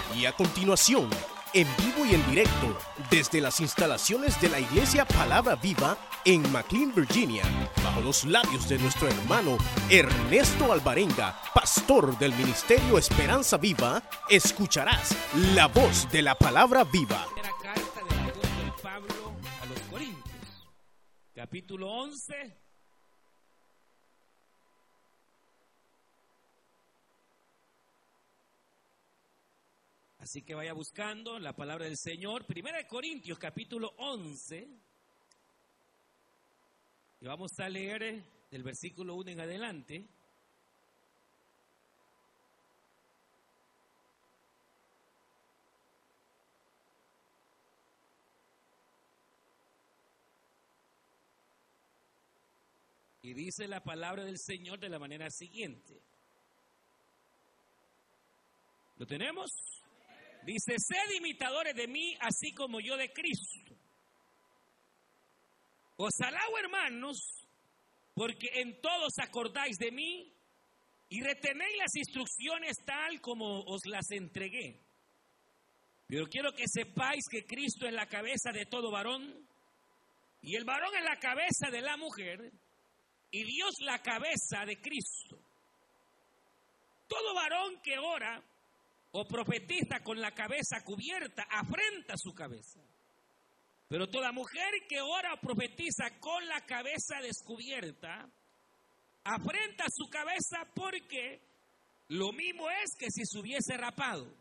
Y a continuación, en vivo y en directo, desde las instalaciones de la Iglesia Palabra Viva en McLean, Virginia, bajo los labios de nuestro hermano Ernesto Alvarenga, pastor del Ministerio Esperanza Viva, escucharás la voz de la Palabra Viva. La carta del apóstol Pablo a los Corintios, capítulo 11. Así que vaya buscando la palabra del Señor. Primera de Corintios, capítulo 11. Y vamos a leer del versículo 1 en adelante. Y dice la palabra del Señor de la manera siguiente. ¿Lo tenemos? Dice: sed imitadores de mí, así como yo de Cristo. Os alabo, hermanos, porque en todos acordáis de mí y retenéis las instrucciones tal como os las entregué. Pero quiero que sepáis que Cristo es la cabeza de todo varón, y el varón es la cabeza de la mujer, y Dios la cabeza de Cristo. Todo varón que ora o profetiza con la cabeza cubierta afrenta su cabeza. Pero toda mujer que ora o profetiza con la cabeza descubierta afrenta su cabeza, porque lo mismo es que si se hubiese rapado.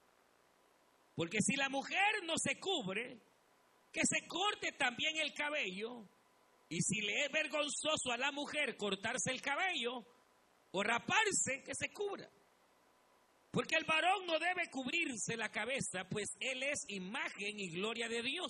Porque si la mujer no se cubre, que se corte también el cabello. Y si le es vergonzoso a la mujer cortarse el cabello o raparse, que se cubra. Porque el varón no debe cubrirse la cabeza, pues él es imagen y gloria de Dios.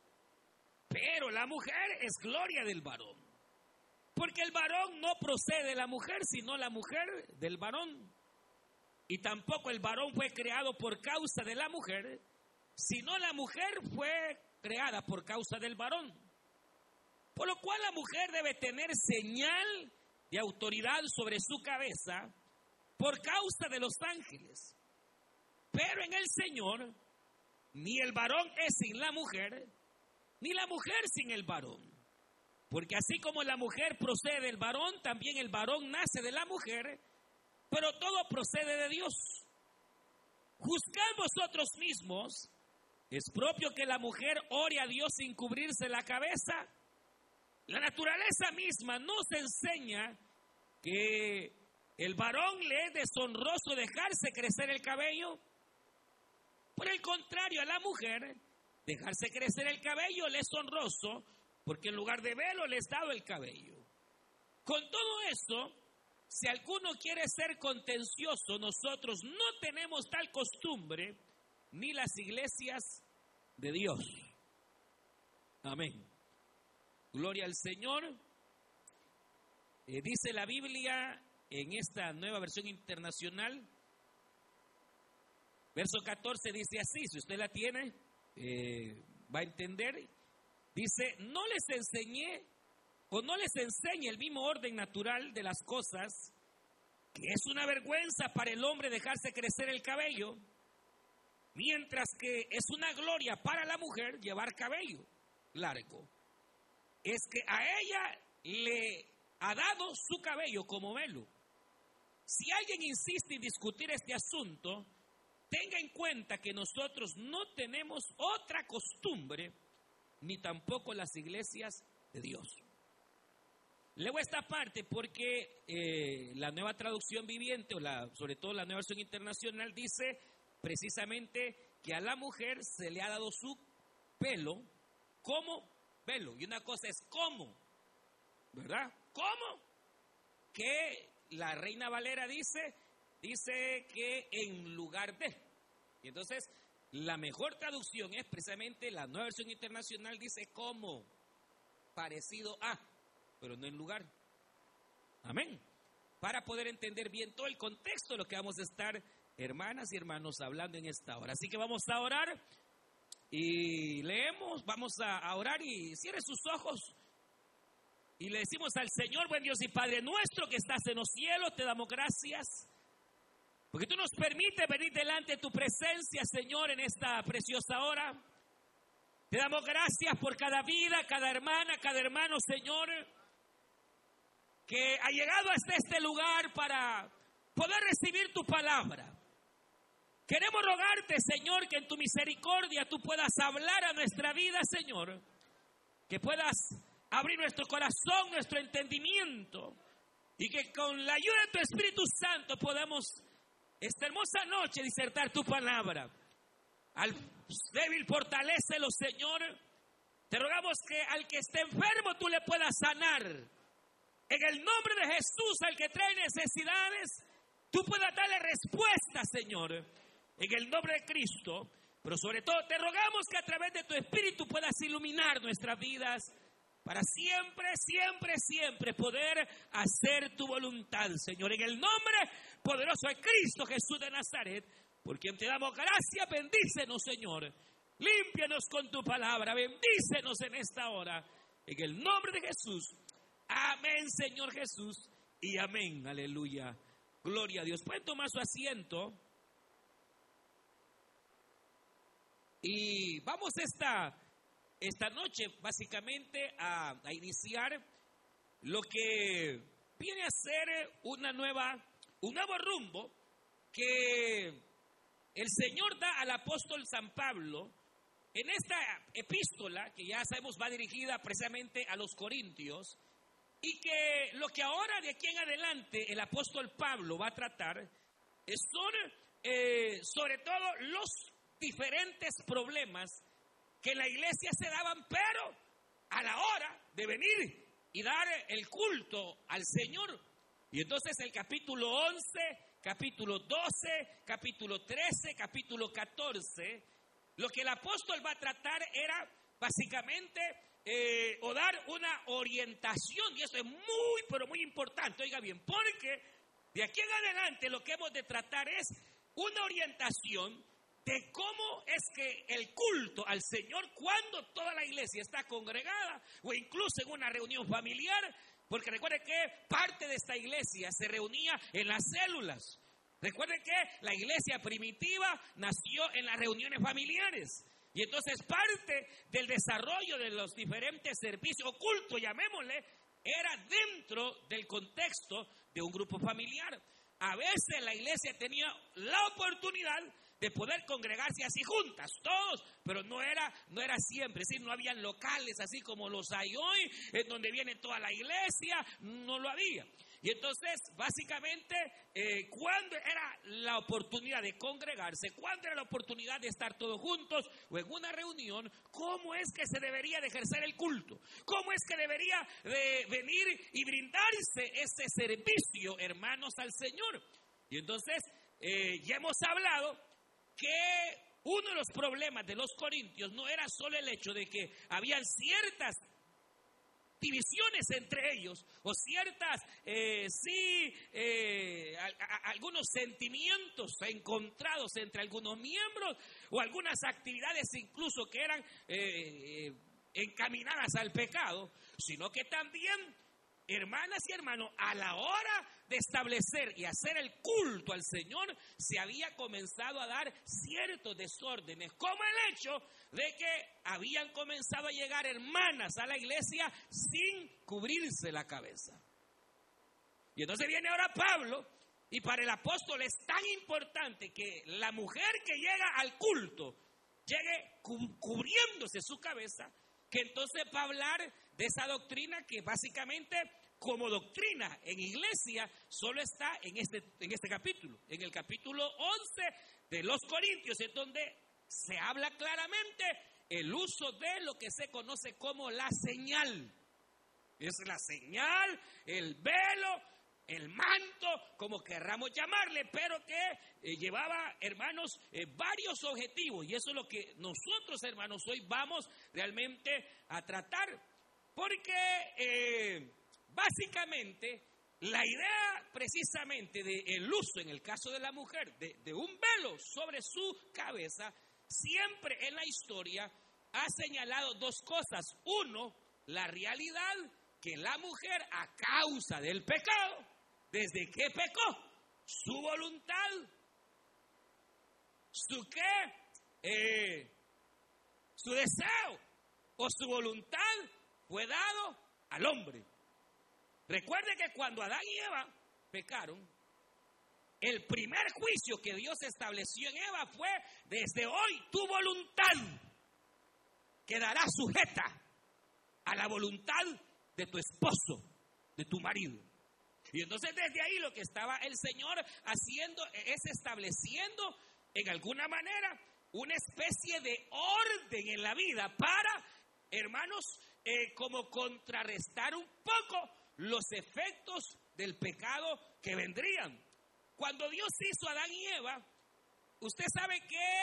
Pero la mujer es gloria del varón. Porque el varón no procede de la mujer, sino la mujer del varón. Y tampoco el varón fue creado por causa de la mujer, sino la mujer fue creada por causa del varón. Por lo cual la mujer debe tener señal de autoridad sobre su cabeza por causa de los ángeles. Pero en el Señor, ni el varón es sin la mujer, ni la mujer sin el varón. Porque así como la mujer procede del varón, también el varón nace de la mujer, pero todo procede de Dios. Juzgad vosotros mismos, ¿es propio que la mujer ore a Dios sin cubrirse la cabeza? La naturaleza misma nos enseña que el varón le es deshonroso dejarse crecer el cabello. Por el contrario, a la mujer, dejarse crecer el cabello le es honroso, porque en lugar de velo le es dado el cabello. Con todo eso, si alguno quiere ser contencioso, nosotros no tenemos tal costumbre, ni las iglesias de Dios. Amén. Gloria al Señor. Dice la Biblia en esta nueva versión internacional, verso 14 dice así, si usted la tiene, va a entender. Dice: no les enseñé o no les enseñe el mismo orden natural de las cosas, que es una vergüenza para el hombre dejarse crecer el cabello, mientras que es una gloria para la mujer llevar cabello largo. Es que a ella le ha dado su cabello como velo. Si alguien insiste en discutir este asunto, tenga en cuenta que nosotros no tenemos otra costumbre, ni tampoco las iglesias de Dios. Leo esta parte porque la nueva traducción viviente, sobre todo la nueva versión internacional, dice precisamente que a la mujer se le ha dado su pelo como velo. Y una cosa es cómo, ¿verdad? ¿Cómo? Que la Reina Valera dice que en lugar de. Y entonces la mejor traducción es precisamente la nueva versión internacional, dice como, parecido a, pero no en lugar. Amén. Para poder entender bien todo el contexto de lo que vamos a estar, hermanas y hermanos, hablando en esta hora. Así que vamos a orar y leemos, vamos a orar, y cierre sus ojos y le decimos al Señor: buen Dios y Padre nuestro que estás en los cielos, te damos gracias porque tú nos permites venir delante de tu presencia, Señor, en esta preciosa hora. Te damos gracias por cada vida, cada hermana, cada hermano, Señor, que ha llegado hasta este lugar para poder recibir tu palabra. Queremos rogarte, Señor, que en tu misericordia tú puedas hablar a nuestra vida, Señor. Que puedas abrir nuestro corazón, nuestro entendimiento. Y que con la ayuda de tu Espíritu Santo podamos esta hermosa noche disertar tu palabra. Al débil fortalécelo, Señor. Te rogamos que al que esté enfermo tú le puedas sanar. En el nombre de Jesús, al que trae necesidades, tú puedas darle respuesta, Señor. En el nombre de Cristo. Pero sobre todo te rogamos que a través de tu Espíritu puedas iluminar nuestras vidas para siempre, siempre, siempre poder hacer tu voluntad, Señor. En el nombre poderoso de Cristo Jesús de Nazaret, por quien te damos gracias, bendícenos, Señor. Límpianos con tu palabra, bendícenos en esta hora. En el nombre de Jesús. Amén, Señor Jesús. Y amén, aleluya. Gloria a Dios. Pueden tomar su asiento. Y vamos esta noche básicamente a iniciar lo que viene a ser un nuevo rumbo que el Señor da al apóstol San Pablo en esta epístola que ya sabemos va dirigida precisamente a los Corintios, y que lo que ahora de aquí en adelante el apóstol Pablo va a tratar son sobre todo los diferentes problemas que en la iglesia se daban, pero a la hora de venir y dar el culto al Señor. Y entonces el capítulo 11, capítulo 12, capítulo 13, capítulo 14, lo que el apóstol va a tratar era básicamente o dar una orientación, y eso es muy, pero muy importante, oiga bien, porque de aquí en adelante lo que hemos de tratar es una orientación de cómo es que el culto al Señor, cuando toda la iglesia está congregada o incluso en una reunión familiar, porque recuerde que parte de esta iglesia se reunía en las células. Recuerde que la iglesia primitiva nació en las reuniones familiares. Y entonces parte del desarrollo de los diferentes servicios o cultos, llamémosle, era dentro del contexto de un grupo familiar. A veces la iglesia tenía la oportunidad de poder congregarse así juntas, todos, pero no era siempre, es decir, no habían locales así como los hay hoy, en donde viene toda la iglesia, no lo había. Y entonces, básicamente, ¿cuándo era la oportunidad de congregarse? ¿Cuándo era la oportunidad de estar todos juntos o en una reunión? ¿Cómo es que se debería de ejercer el culto? ¿Cómo es que debería de venir y brindarse ese servicio, hermanos, al Señor? Y entonces, ya hemos hablado que uno de los problemas de los corintios no era solo el hecho de que habían ciertas divisiones entre ellos o ciertas, algunos sentimientos encontrados entre algunos miembros o algunas actividades incluso que eran encaminadas al pecado, sino que también, hermanas y hermanos, a la hora de establecer y hacer el culto al Señor, se había comenzado a dar ciertos desórdenes, como el hecho de que habían comenzado a llegar hermanas a la iglesia sin cubrirse la cabeza. Y entonces viene ahora Pablo, y para el apóstol es tan importante que la mujer que llega al culto llegue cubriéndose su cabeza, que entonces va a hablar de esa doctrina que básicamente como doctrina en iglesia solo está en este capítulo, en el capítulo 11 de los Corintios, en donde se habla claramente el uso de lo que se conoce como la señal. Es la señal, el velo, el manto, como querramos llamarle, pero que llevaba, hermanos, varios objetivos. Y eso es lo que nosotros, hermanos, hoy vamos realmente a tratar. Porque básicamente la idea precisamente del uso, en el caso de la mujer, de un velo sobre su cabeza, siempre en la historia ha señalado dos cosas. Uno, la realidad que la mujer, a causa del pecado, desde que pecó, su voluntad su deseo o su voluntad fue dado al hombre. Recuerde que cuando Adán y Eva pecaron, el primer juicio que Dios estableció en Eva fue: desde hoy tu voluntad quedará sujeta a la voluntad de tu esposo, de tu marido. Y entonces desde ahí lo que estaba el Señor haciendo es estableciendo en alguna manera una especie de orden en la vida para, hermanos, como contrarrestar un poco los efectos del pecado que vendrían. Cuando Dios hizo a Adán y Eva, usted sabe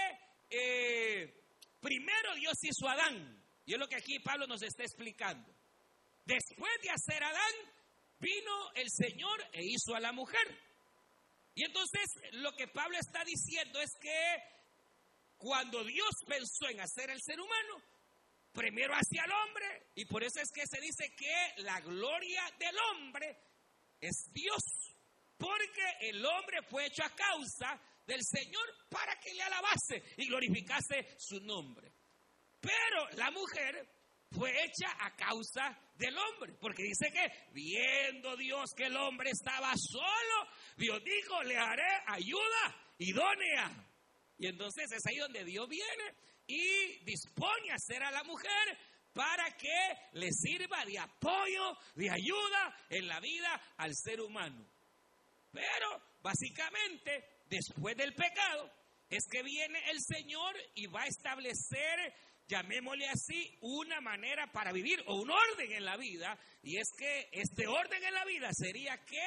que primero Dios hizo a Adán, y es lo que aquí Pablo nos está explicando. Después de hacer a Adán, vino el Señor e hizo a la mujer. Y entonces lo que Pablo está diciendo es que cuando Dios pensó en hacer el ser humano, primero hacia el hombre, y por eso es que se dice que la gloria del hombre es Dios, porque el hombre fue hecho a causa del Señor para que le alabase y glorificase su nombre. Pero la mujer fue hecha a causa del hombre, porque dice que viendo Dios que el hombre estaba solo, Dios dijo: le haré ayuda idónea. Y entonces es ahí donde Dios viene y dispone a hacer a la mujer para que le sirva de apoyo, de ayuda en la vida al ser humano. Pero básicamente después del pecado es que viene el Señor y va a establecer, llamémosle así, una manera para vivir o un orden en la vida. Y es que este orden en la vida sería que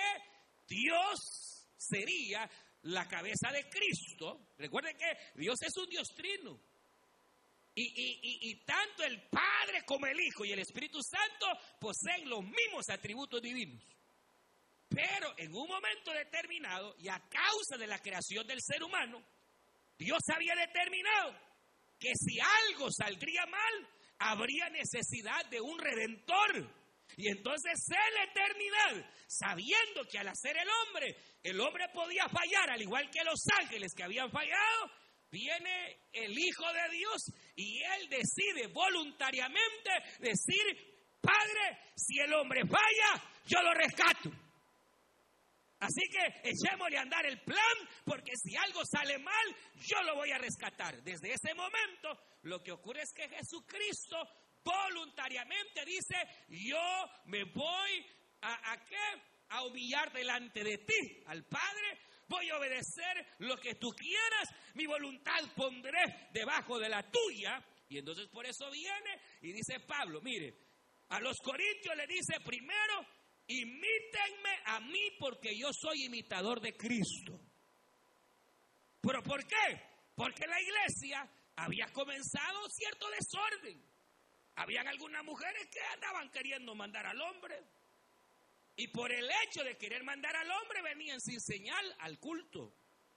Dios sería la cabeza de Cristo. Recuerden que Dios es un Dios trino. Y tanto el Padre como el Hijo y el Espíritu Santo poseen los mismos atributos divinos. Pero en un momento determinado, y a causa de la creación del ser humano, Dios había determinado que si algo saldría mal, habría necesidad de un redentor. Y entonces en la eternidad, sabiendo que al hacer el hombre podía fallar, al igual que los ángeles que habían fallado, viene el Hijo de Dios y Él decide voluntariamente decir: Padre, si el hombre falla, yo lo rescato. Así que echémosle a andar el plan, porque si algo sale mal, yo lo voy a rescatar. Desde ese momento, lo que ocurre es que Jesucristo voluntariamente dice: yo me voy a humillar delante de ti, al Padre, voy a obedecer lo que tú quieras, mi voluntad pondré debajo de la tuya. Y entonces por eso viene y dice Pablo, mire, a los corintios le dice primero: imítenme a mí porque yo soy imitador de Cristo. ¿Pero por qué? Porque la iglesia había comenzado cierto desorden. Habían algunas mujeres que andaban queriendo mandar al hombre. Y por el hecho de querer mandar al hombre venían sin señal al culto.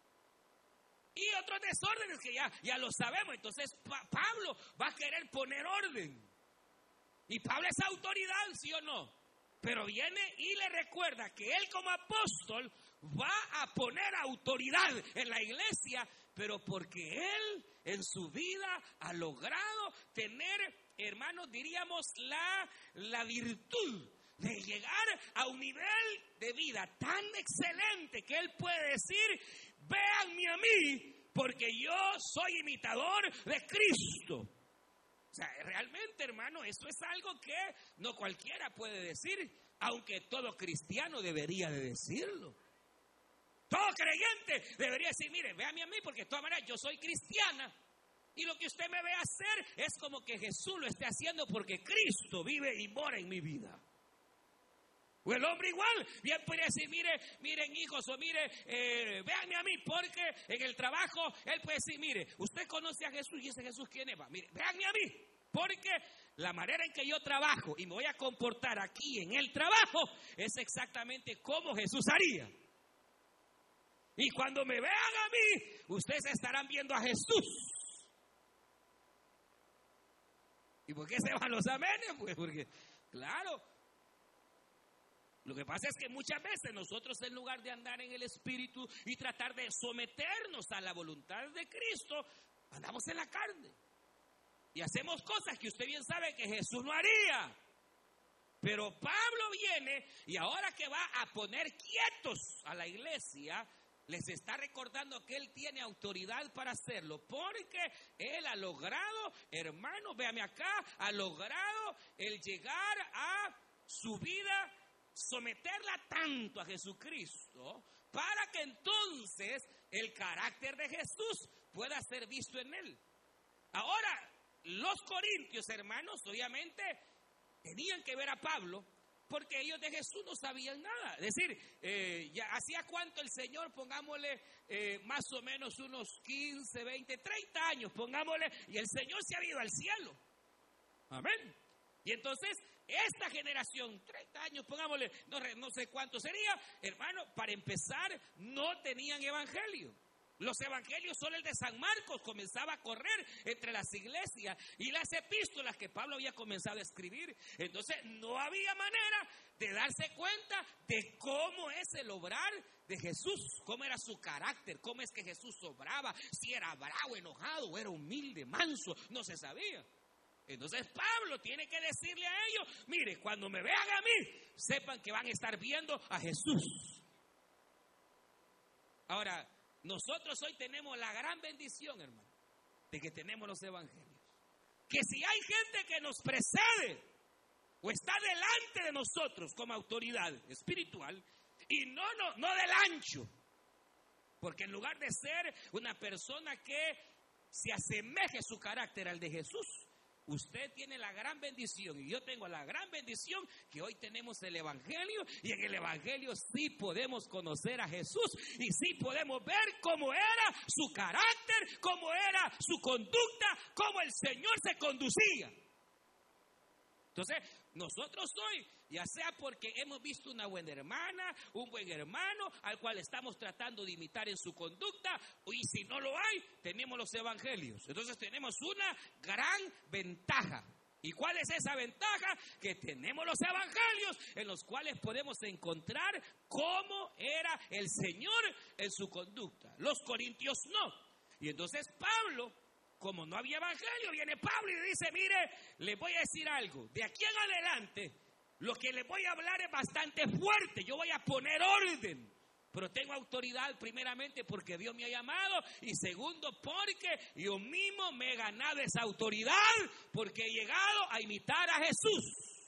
Y otros desórdenes que ya lo sabemos. Entonces Pablo va a querer poner orden. Y Pablo es autoridad, ¿sí o no? Pero viene y le recuerda que él como apóstol va a poner autoridad en la iglesia, pero porque él en su vida ha logrado tener, hermanos, diríamos la virtud de llegar a un nivel de vida tan excelente que él puede decir: véanme a mí porque yo soy imitador de Cristo. O sea, realmente, hermano, eso es algo que no cualquiera puede decir, aunque todo cristiano debería de decirlo. Todo creyente debería decir: mire, véame a mí porque de todas maneras yo soy cristiana. Y lo que usted me ve hacer es como que Jesús lo esté haciendo porque Cristo vive y mora en mi vida. O el hombre igual, bien puede decir: miren hijos, o véanme a mí, porque en el trabajo él puede decir: mire, usted conoce a Jesús y ese Jesús ¿quién es? Mire, véanme a mí, porque la manera en que yo trabajo y me voy a comportar aquí en el trabajo es exactamente como Jesús haría. Y cuando me vean a mí, ustedes estarán viendo a Jesús. ¿Y por qué se van los amenes? Pues porque, claro, Lo que pasa es que muchas veces nosotros, en lugar de andar en el Espíritu y tratar de someternos a la voluntad de Cristo, andamos en la carne. Y hacemos cosas que usted bien sabe que Jesús no haría. Pero Pablo viene y ahora que va a poner quietos a la iglesia, les está recordando que él tiene autoridad para hacerlo, porque él ha logrado, hermano, véame acá, ha logrado el llegar a su vida, someterla tanto a Jesucristo, para que entonces el carácter de Jesús pueda ser visto en él. Ahora, los corintios, hermanos, obviamente tenían que ver a Pablo, porque ellos de Jesús no sabían nada. Es decir, ya hacía cuánto el Señor, pongámosle más o menos unos 15, 20, 30 años, pongámosle, y el Señor se ha ido al cielo. Amén. Y entonces, esta generación, 30 años, pongámosle, no sé cuánto sería, hermano, para empezar, no tenían evangelio. Los evangelios, solo el de San Marcos comenzaba a correr entre las iglesias y las epístolas que Pablo había comenzado a escribir. Entonces no había manera de darse cuenta de cómo es el obrar de Jesús, cómo era su carácter, cómo es que Jesús obraba, si era bravo, enojado, o era humilde, manso, no se sabía. Entonces Pablo tiene que decirle a ellos, mire, cuando me vean a mí, sepan que van a estar viendo a Jesús. Ahora, nosotros hoy tenemos la gran bendición, hermano, de que tenemos los evangelios. Que si hay gente que nos precede o está delante de nosotros como autoridad espiritual, y no del ancho, porque en lugar de ser una persona que se asemeje su carácter al de Jesús, usted tiene la gran bendición, y yo tengo la gran bendición, que hoy tenemos el evangelio, y en el evangelio sí podemos conocer a Jesús, y sí podemos ver cómo era su carácter, cómo era su conducta, cómo el Señor se conducía. Entonces, nosotros hoy, ya sea porque hemos visto una buena hermana, un buen hermano, al cual estamos tratando de imitar en su conducta, y si no lo hay, tenemos los evangelios. Entonces tenemos una gran ventaja. ¿Y cuál es esa ventaja? Que tenemos los evangelios en los cuales podemos encontrar cómo era el Señor en su conducta. Los corintios no. Y entonces Pablo, como no había evangelio, viene Pablo y dice, mire, les voy a decir algo. De aquí en adelante, lo que les voy a hablar es bastante fuerte. Yo voy a poner orden. Pero tengo autoridad primeramente porque Dios me ha llamado. Y segundo, porque yo mismo me he ganado esa autoridad. Porque he llegado a imitar a Jesús.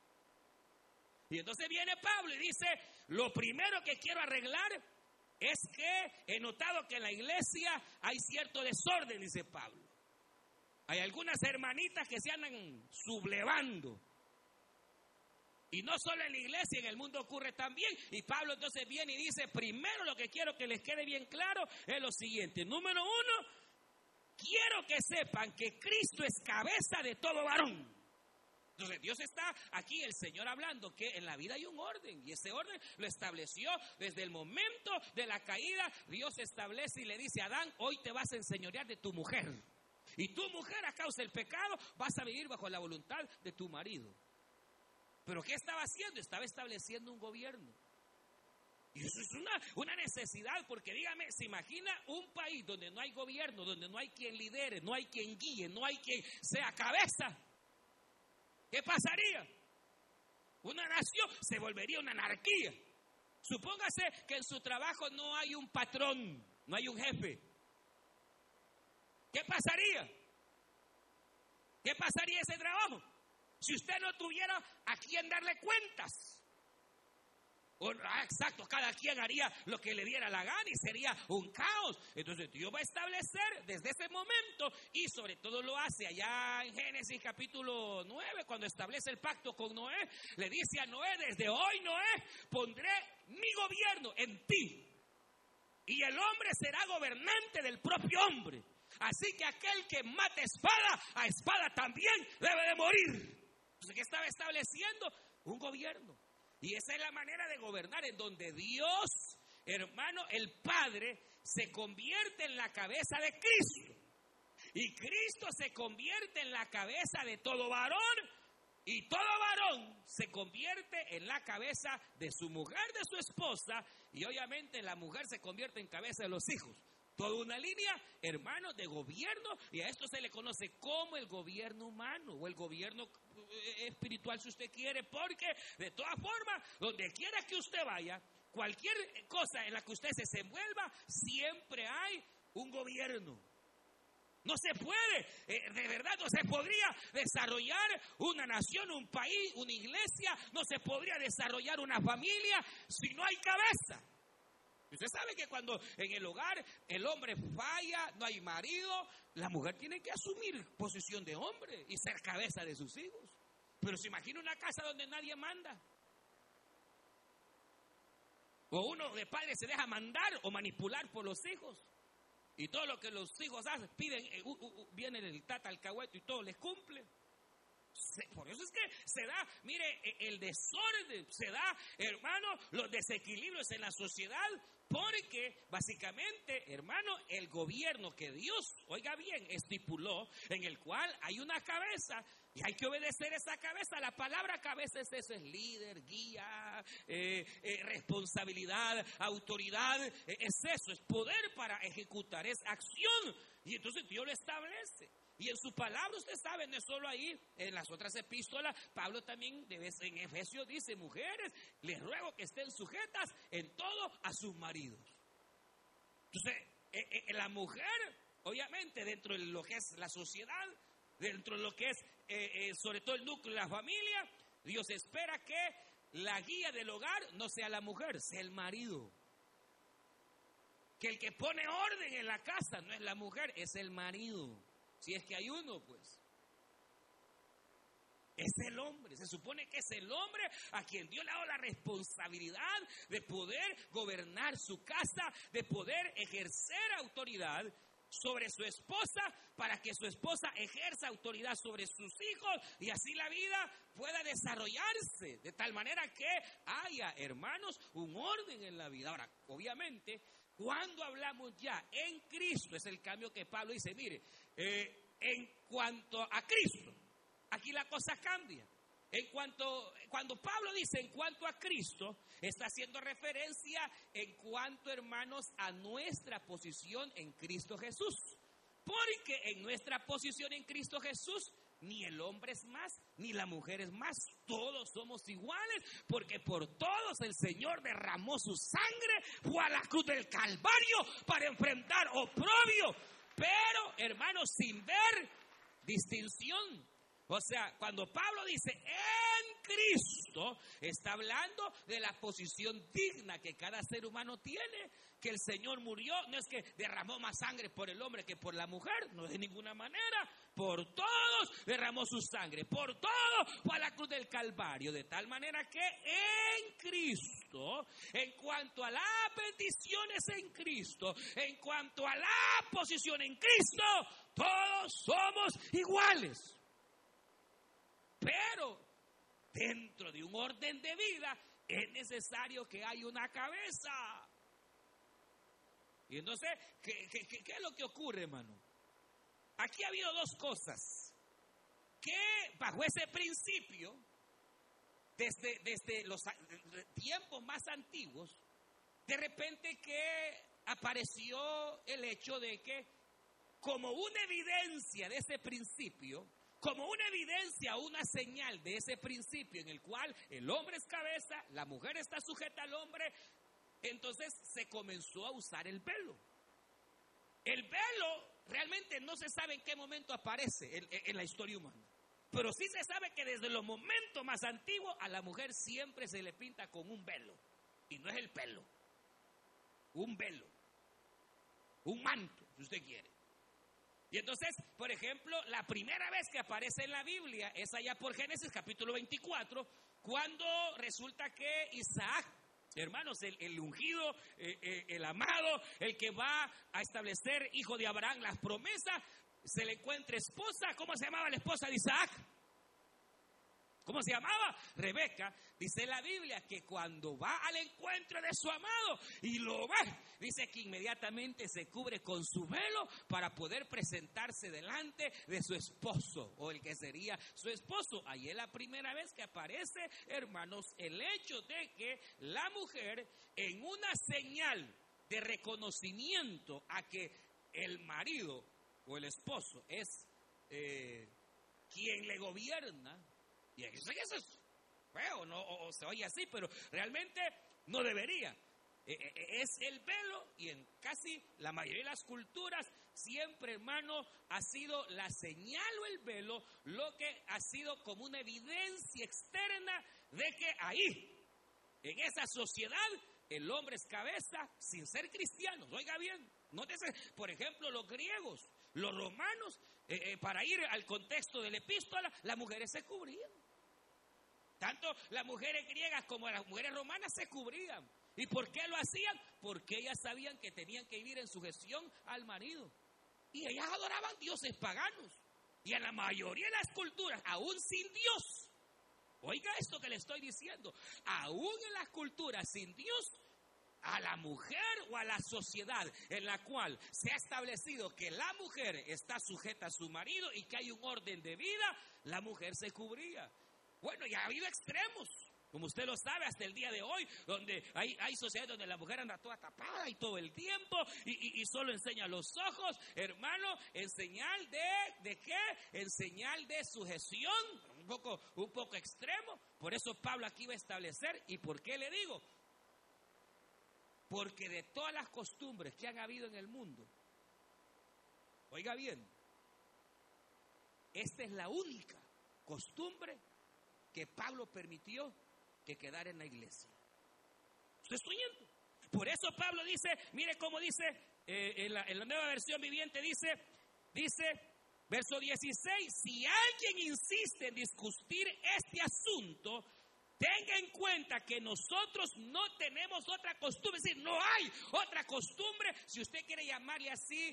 Y entonces viene Pablo y dice, lo primero que quiero arreglar es que he notado que en la iglesia hay cierto desorden, dice Pablo. Hay algunas hermanitas que se andan sublevando. Y no solo en la iglesia, en el mundo ocurre también. Y Pablo entonces viene y dice, primero lo que quiero que les quede bien claro es lo siguiente. Número uno, quiero que sepan que Cristo es cabeza de todo varón. Entonces Dios está aquí, el Señor hablando que en la vida hay un orden, y ese orden lo estableció desde el momento de la caída. Dios establece y le dice a Adán, hoy te vas a enseñorear de tu mujer, y tu mujer, a causa del pecado, vas a vivir bajo la voluntad de tu marido. Pero ¿qué estaba haciendo? Estaba estableciendo un gobierno. Y eso es una necesidad, porque dígame, ¿se imagina un país donde no hay gobierno, donde no hay quien lidere, no hay quien guíe, no hay quien sea cabeza? ¿Qué pasaría? Una nación se volvería una anarquía. Supóngase que en su trabajo no hay un patrón, no hay un jefe. ¿Qué pasaría? ¿Qué pasaría ese trabajo? Si usted no tuviera a quien darle cuentas. Exacto, cada quien haría lo que le diera la gana y sería un caos. Entonces Dios va a establecer desde ese momento, y sobre todo lo hace allá en Génesis capítulo 9, cuando establece el pacto con Noé. Le dice a Noé, desde hoy, Noé, pondré mi gobierno en ti, y el hombre será gobernante del propio hombre. Así que aquel que mate espada, a espada también debe de morir. Entonces, ¿qué estaba estableciendo? Un gobierno. Y esa es la manera de gobernar, en donde Dios, hermano, el Padre, se convierte en la cabeza de Cristo. Y Cristo se convierte en la cabeza de todo varón, Y todo varón se convierte en la cabeza de su mujer, de su esposa, y obviamente la mujer se convierte en cabeza de los hijos. Toda una línea, hermanos, de gobierno, y a esto se le conoce como el gobierno humano o el gobierno espiritual, si usted quiere, porque de todas formas, donde quiera que usted vaya, cualquier cosa en la que usted se desenvuelva, siempre hay un gobierno. No se puede, de verdad no se podría desarrollar una nación, un país, una iglesia, no se podría desarrollar una familia si no hay cabeza. Usted sabe que cuando en el hogar el hombre falla, no hay marido, la mujer tiene que asumir posición de hombre y ser cabeza de sus hijos. Pero se imagina una casa donde nadie manda. O uno de padre se deja mandar o manipular por los hijos. Y todo lo que los hijos hacen, piden, viene el tata alcahueto y todo les cumple. Por eso es que se da, mire, el desorden, se da, hermano, los desequilibrios en la sociedad, porque básicamente, hermano, el gobierno que Dios, oiga bien, estipuló, en el cual hay una cabeza y hay que obedecer esa cabeza. La palabra cabeza es eso, es líder, guía, responsabilidad, autoridad, es eso, es poder para ejecutar, es acción. Y entonces Dios lo establece. Y en su palabra, usted sabe, no es solo ahí, en las otras epístolas, Pablo también en Efesios dice, mujeres, les ruego que estén sujetas en todo a sus maridos. Entonces, la mujer, obviamente, dentro de lo que es la sociedad, dentro de lo que es, sobre todo el núcleo de la familia, Dios espera que la guía del hogar no sea la mujer, sea el marido. Que el que pone orden en la casa no es la mujer, es el marido. Si es que hay uno, pues. Es el hombre. Se supone que es el hombre a quien Dios le ha dado la responsabilidad de poder gobernar su casa, de poder ejercer autoridad sobre su esposa, para que su esposa ejerza autoridad sobre sus hijos y así la vida pueda desarrollarse de tal manera que haya, hermanos, un orden en la vida. Ahora, obviamente, cuando hablamos ya en Cristo, es el cambio que Pablo dice, mire, en cuanto a Cristo, aquí la cosa cambia. Cuando Pablo dice en cuanto a Cristo, está haciendo referencia en cuanto, hermanos, a nuestra posición en Cristo Jesús. Porque en nuestra posición en Cristo Jesús, ni el hombre es más, ni la mujer es más. Todos somos iguales, porque por todos el Señor derramó su sangre, fue a la cruz del Calvario para enfrentar oprobio. Pero, hermanos, sin ver distinción. O sea, cuando Pablo dice en Cristo, está hablando de la posición digna que cada ser humano tiene, que el Señor murió, no es que derramó más sangre por el hombre que por la mujer, no de ninguna manera, por todos derramó su sangre, por todos fue a la cruz del Calvario, de tal manera que en Cristo, en cuanto a las bendiciones en Cristo, en cuanto a la posición en Cristo, todos somos iguales. Pero dentro de un orden de vida es necesario que haya una cabeza. Y entonces, ¿qué es lo que ocurre, hermano? Aquí ha habido dos cosas que bajo ese principio, desde los tiempos más antiguos, de repente que apareció el hecho de que como una evidencia de ese principio, como una evidencia, una señal de ese principio en el cual el hombre es cabeza, la mujer está sujeta al hombre, entonces se comenzó a usar el velo. El velo realmente no se sabe en qué momento aparece en la historia humana, pero sí se sabe que desde los momentos más antiguos a la mujer siempre se le pinta con un velo, y no es el pelo, un velo, un manto, si usted quiere. Y entonces, por ejemplo, la primera vez que aparece en la Biblia es allá por Génesis capítulo 24, cuando resulta que Isaac, hermanos, el ungido, el amado, el que va a establecer hijo de Abraham las promesas, se le encuentra esposa. ¿Cómo se llamaba la esposa de Isaac? ¿Cómo se llamaba? Rebeca. Dice la Biblia que cuando va al encuentro de su amado y lo ve, dice que inmediatamente se cubre con su velo para poder presentarse delante de su esposo, o el que sería su esposo. Ahí es la primera vez que aparece, hermanos, el hecho de que la mujer, en una señal de reconocimiento a que el marido o el esposo es quien le gobierna. Y eso es feo, ¿no? O se oye así, pero realmente no debería. Es el velo, y en casi la mayoría de las culturas siempre, hermano, ha sido la señal o el velo lo que ha sido como una evidencia externa de que ahí, en esa sociedad, el hombre es cabeza sin ser cristiano. Oiga bien, nótese, por ejemplo, los griegos, los romanos, para ir al contexto de la epístola, las mujeres se cubrían. Tanto las mujeres griegas como las mujeres romanas se cubrían. ¿Y por qué lo hacían? Porque ellas sabían que tenían que vivir en sujeción al marido. Y ellas adoraban dioses paganos. Y en la mayoría de las culturas, aún sin Dios, oiga esto que le estoy diciendo, aún en las culturas sin Dios, a la mujer o a la sociedad en la cual se ha establecido que la mujer está sujeta a su marido y que hay un orden de vida, la mujer se cubría. Bueno, ya ha habido extremos, como usted lo sabe, hasta el día de hoy, donde hay sociedades donde la mujer anda toda tapada y todo el tiempo y solo enseña los ojos, hermano, en señal ¿de qué? En señal de sujeción, un poco extremo. Por eso Pablo aquí va a establecer. ¿Y por qué le digo? Porque de todas las costumbres que han habido en el mundo, oiga bien, esta es la única costumbre que Pablo permitió que quedara en la iglesia. ¿Usted está oyendo? Por eso Pablo dice, mire cómo dice, en la nueva versión viviente dice, verso 16, si alguien insiste en discutir este asunto, tenga en cuenta que nosotros no tenemos otra costumbre, es decir, no hay otra costumbre, si usted quiere llamarle así,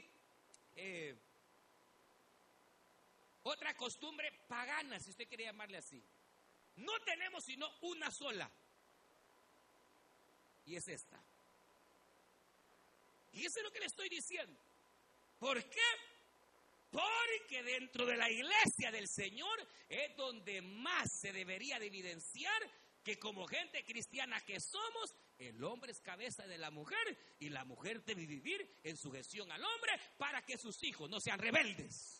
otra costumbre pagana, si usted quiere llamarle así. No tenemos sino una sola, y es esta. Y eso es lo que le estoy diciendo. ¿Por qué? Porque dentro de la iglesia del Señor es donde más se debería de evidenciar que como gente cristiana que somos, el hombre es cabeza de la mujer y la mujer debe vivir en sujeción al hombre para que sus hijos no sean rebeldes.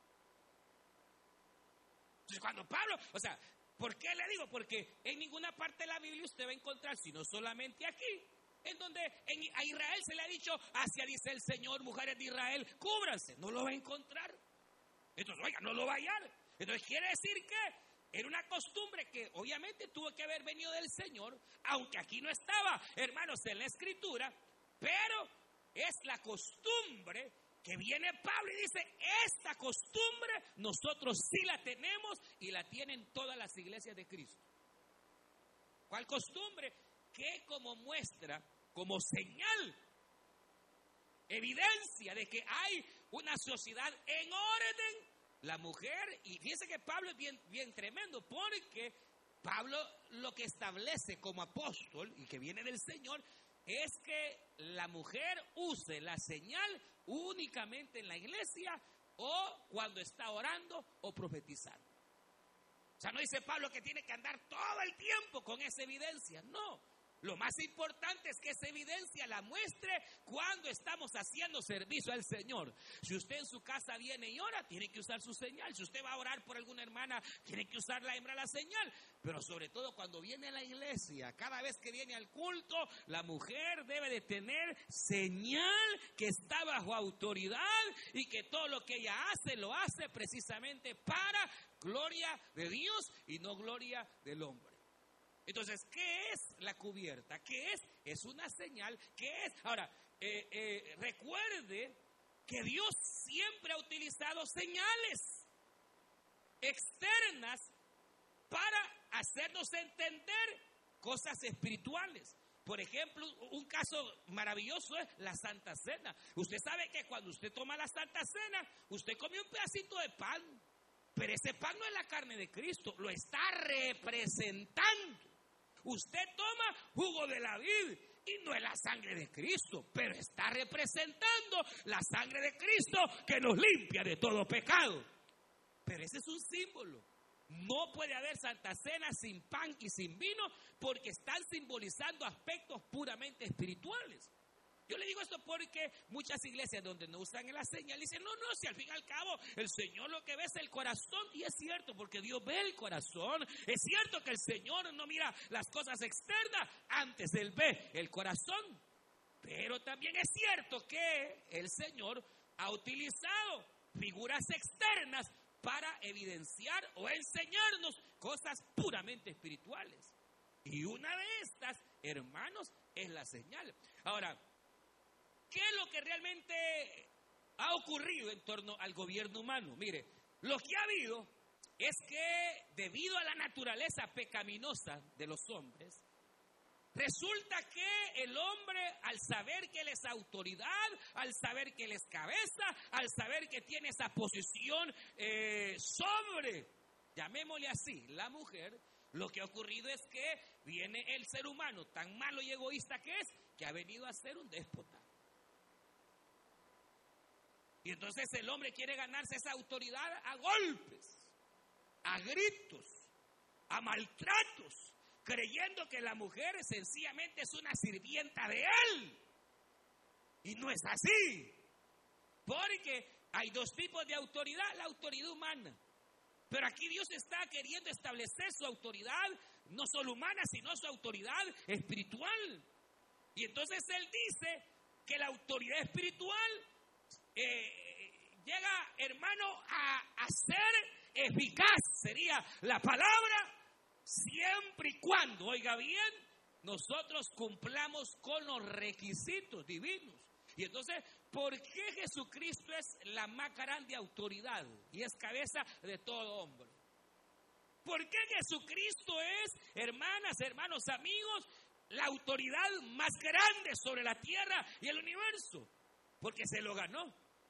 Entonces cuando Pablo, ¿por qué le digo? Porque en ninguna parte de la Biblia usted va a encontrar, sino solamente aquí, en donde a Israel se le ha dicho, hacia dice el Señor, mujeres de Israel, cúbranse. No lo va a encontrar. Entonces, oiga, no lo va a hallar. Entonces quiere decir que era una costumbre que obviamente tuvo que haber venido del Señor, aunque aquí no estaba, hermanos, en la Escritura, pero es la costumbre que viene Pablo y dice, esta costumbre nosotros sí la tenemos y la tienen todas las iglesias de Cristo. ¿Cuál costumbre? Que como muestra, como señal, evidencia de que hay una sociedad en orden, la mujer, y fíjense que Pablo es bien tremendo, porque Pablo lo que establece como apóstol y que viene del Señor es que la mujer use la señal únicamente en la iglesia o cuando está orando o profetizando. O sea, no dice Pablo que tiene que andar todo el tiempo con esa evidencia, no. Lo más importante es que esa evidencia la muestre cuando estamos haciendo servicio al Señor. Si usted en su casa viene y ora, tiene que usar su señal. Si usted va a orar por alguna hermana, tiene que usar la hembra la señal. Pero sobre todo cuando viene a la iglesia, cada vez que viene al culto, la mujer debe de tener señal que está bajo autoridad y que todo lo que ella hace, lo hace precisamente para gloria de Dios y no gloria del hombre. Entonces, ¿qué es la cubierta? ¿Qué es? Es una señal. ¿Qué es? Ahora, recuerde que Dios siempre ha utilizado señales externas para hacernos entender cosas espirituales. Por ejemplo, un caso maravilloso es la Santa Cena. Usted sabe que cuando usted toma la Santa Cena, usted come un pedacito de pan. Pero ese pan no es la carne de Cristo, lo está representando. Usted toma jugo de la vid y no es la sangre de Cristo, pero está representando la sangre de Cristo que nos limpia de todo pecado. Pero ese es un símbolo. No puede haber Santa Cena sin pan y sin vino porque están simbolizando aspectos puramente espirituales. Yo le digo esto porque muchas iglesias donde no usan la señal dicen, no, si al fin y al cabo el Señor lo que ve es el corazón. Y es cierto, porque Dios ve el corazón. Es cierto que el Señor no mira las cosas externas, antes Él ve el corazón. Pero también es cierto que el Señor ha utilizado figuras externas para evidenciar o enseñarnos cosas puramente espirituales. Y una de estas, hermanos, es la señal. Ahora, ¿qué es lo que realmente ha ocurrido en torno al gobierno humano? Mire, lo que ha habido es que debido a la naturaleza pecaminosa de los hombres, resulta que el hombre, al saber que él es autoridad, al saber que él es cabeza, al saber que tiene esa posición sobre, llamémosle así, la mujer, lo que ha ocurrido es que viene el ser humano tan malo y egoísta que es, que ha venido a ser un déspota. Y entonces el hombre quiere ganarse esa autoridad a golpes, a gritos, a maltratos, creyendo que la mujer sencillamente es una sirvienta de él. Y no es así. Porque hay dos tipos de autoridad, la autoridad humana. Pero aquí Dios está queriendo establecer su autoridad, no solo humana, sino su autoridad espiritual. Y entonces Él dice que la autoridad espiritual llega, hermano, a ser eficaz, sería la palabra, siempre y cuando, oiga bien, nosotros cumplamos con los requisitos divinos. Y entonces, ¿por qué Jesucristo es la más grande autoridad y es cabeza de todo hombre? ¿Por qué Jesucristo es, hermanas, hermanos, amigos, la autoridad más grande sobre la tierra y el universo? Porque se lo ganó.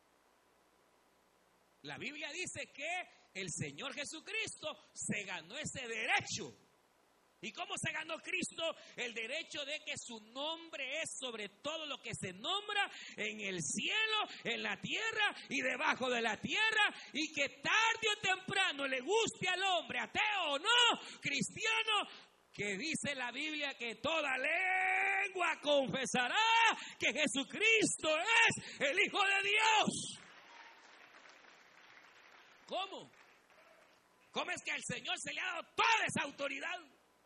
La Biblia dice que el Señor Jesucristo se ganó ese derecho. ¿Y cómo se ganó Cristo? El derecho de que su nombre es sobre todo lo que se nombra en el cielo, en la tierra y debajo de la tierra, y que tarde o temprano, le guste al hombre, ateo o no, cristiano, que dice la Biblia que toda lengua confesará que Jesucristo es el Hijo de Dios. ¿Cómo? ¿Cómo es que al Señor se le ha dado toda esa autoridad?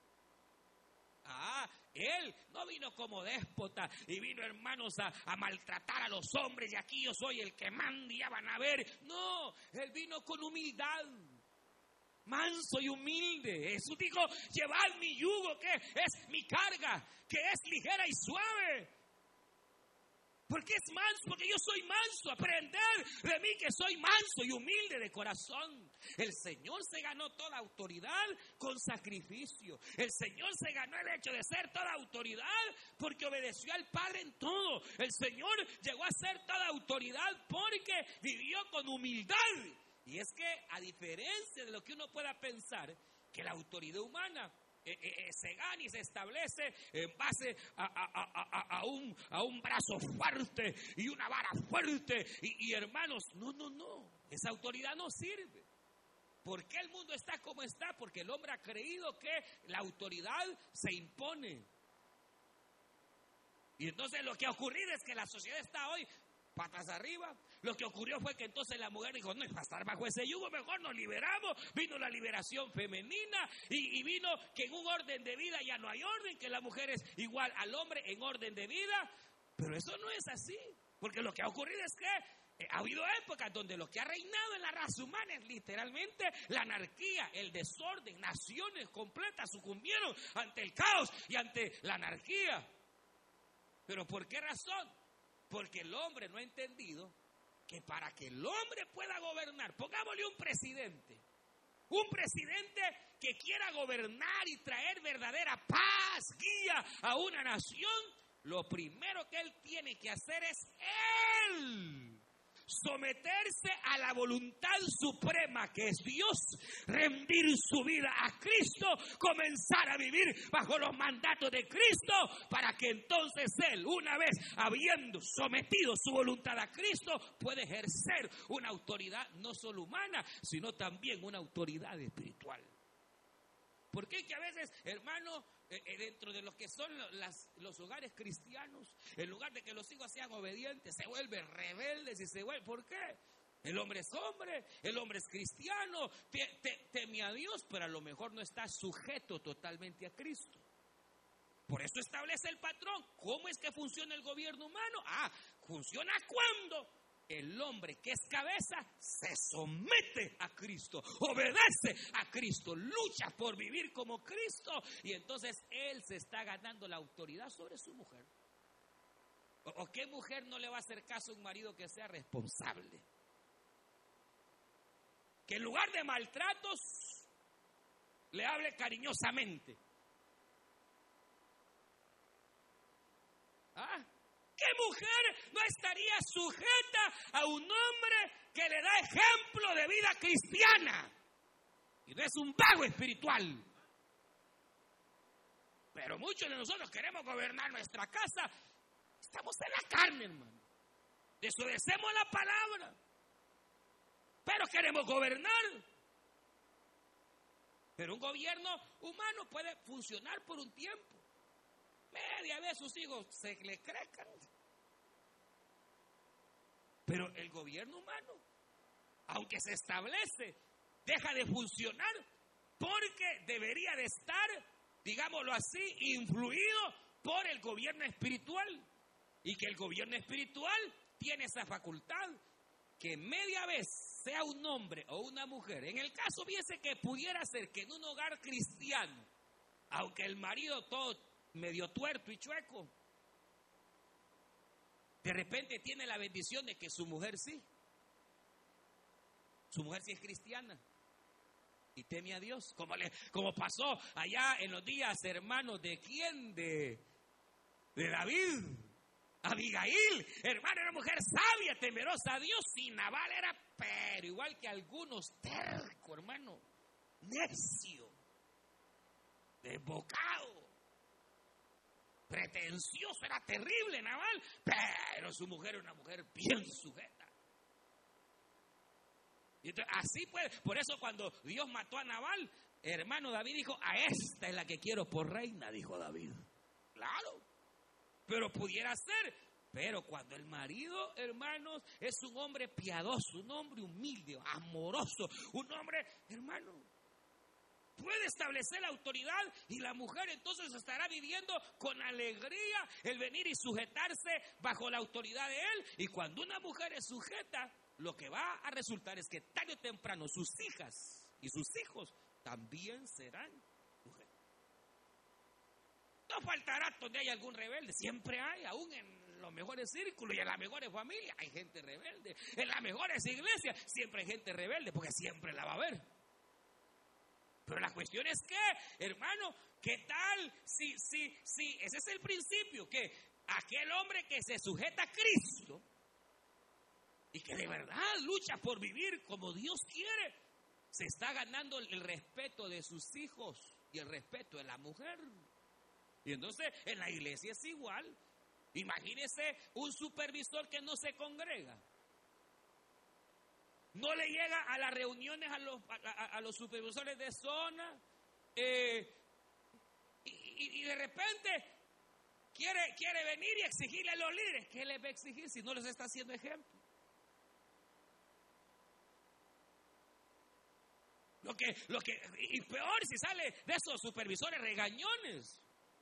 Él no vino como déspota y vino, hermanos, a maltratar a los hombres y aquí yo soy el que manda y ya van a ver. No, Él vino con humildad, manso y humilde. Jesús dijo, llevad mi yugo, que es mi carga, que es ligera y suave. ¿Por qué es manso? Porque yo soy manso. Aprended de mí que soy manso y humilde de corazón. El Señor se ganó toda autoridad con sacrificio. El Señor se ganó el hecho de ser toda autoridad porque obedeció al Padre en todo. El Señor llegó a ser toda autoridad porque vivió con humildad. Y es que, a diferencia de lo que uno pueda pensar, que la autoridad humana se gana y se establece en base a un brazo fuerte y una vara fuerte y hermanos, no, esa autoridad no sirve. ¿Por qué el mundo está como está? Porque el hombre ha creído que la autoridad se impone. Y entonces lo que ha ocurrido es que la sociedad está hoy patas arriba. Lo que ocurrió fue que entonces la mujer dijo, no, para estar bajo ese yugo mejor nos liberamos. Vino la liberación femenina y vino que en un orden de vida ya no hay orden, que la mujer es igual al hombre en orden de vida. Pero eso no es así, porque lo que ha ocurrido es que ha habido épocas donde lo que ha reinado en la raza humana es literalmente la anarquía, el desorden. Naciones completas sucumbieron ante el caos y ante la anarquía. ¿Pero por qué razón? Porque el hombre no ha entendido que para que el hombre pueda gobernar, pongámosle un presidente que quiera gobernar y traer verdadera paz, guía a una nación, lo primero que él tiene que hacer es él someterse a la voluntad suprema que es Dios, rendir su vida a Cristo, comenzar a vivir bajo los mandatos de Cristo, para que entonces Él, una vez habiendo sometido su voluntad a Cristo, puede ejercer una autoridad no solo humana, sino también una autoridad espiritual. ¿Por qué que a veces, hermano, dentro de lo que son los hogares cristianos, en lugar de que los hijos sean obedientes, se vuelven rebeldes y se vuelven? ¿Por qué? El hombre es hombre, el hombre es cristiano, teme a Dios, pero a lo mejor no está sujeto totalmente a Cristo. Por eso establece el patrón. ¿Cómo es que funciona el gobierno humano? Funciona cuando el hombre que es cabeza se somete a Cristo, obedece a Cristo, lucha por vivir como Cristo, y entonces él se está ganando la autoridad sobre su mujer. ¿O qué mujer no le va a hacer caso a un marido que sea responsable? Que en lugar de maltratos le hable cariñosamente. ¿Qué mujer no estaría sujeta a un hombre que le da ejemplo de vida cristiana? Y no es un vago espiritual. Pero muchos de nosotros queremos gobernar nuestra casa. Estamos en la carne, hermano. Desobedecemos la palabra, pero queremos gobernar. Pero un gobierno humano puede funcionar por un tiempo. Media vez sus hijos se le crezcan. Pero el gobierno humano, aunque se establece, deja de funcionar porque debería de estar, digámoslo así, influido por el gobierno espiritual. Y que el gobierno espiritual tiene esa facultad, que media vez sea un hombre o una mujer. En el caso, fíjese que pudiera ser que en un hogar cristiano, aunque el marido todo medio tuerto y chueco, de repente tiene la bendición de que su mujer sí es cristiana y teme a Dios, como pasó allá en los días, hermanos, ¿de quién? De David. Abigail, hermano, era una mujer sabia, temerosa a Dios, y Nabal era, pero igual que algunos, terco, hermano, necio, desbocado, pretencioso, era terrible Nabal, pero su mujer era una mujer bien sujeta. Y entonces, así puede, por eso cuando Dios mató a Nabal, hermano, David dijo, a esta es la que quiero por reina, dijo David. Claro, pero pudiera ser. Pero cuando el marido, hermanos, es un hombre piadoso, un hombre humilde, amoroso, un hombre, hermano, puede establecer la autoridad, y la mujer entonces estará viviendo con alegría el venir y sujetarse bajo la autoridad de él. Y cuando una mujer es sujeta, lo que va a resultar es que tarde o temprano sus hijas y sus hijos también serán sujetos. No faltará donde hay algún rebelde, siempre hay, aún en los mejores círculos y en las mejores familias hay gente rebelde. En las mejores iglesias siempre hay gente rebelde, porque siempre la va a haber. Pero la cuestión es que, hermano, ¿qué tal si ese es el principio? Que aquel hombre que se sujeta a Cristo y que de verdad lucha por vivir como Dios quiere, se está ganando el respeto de sus hijos y el respeto de la mujer. Y entonces en la iglesia es igual. Imagínese un supervisor que no se congrega, no le llega a las reuniones a los supervisores de zona, y de repente quiere venir y exigirle a los líderes. ¿Qué les va a exigir si no les está haciendo ejemplo? Y peor si sale de esos supervisores regañones.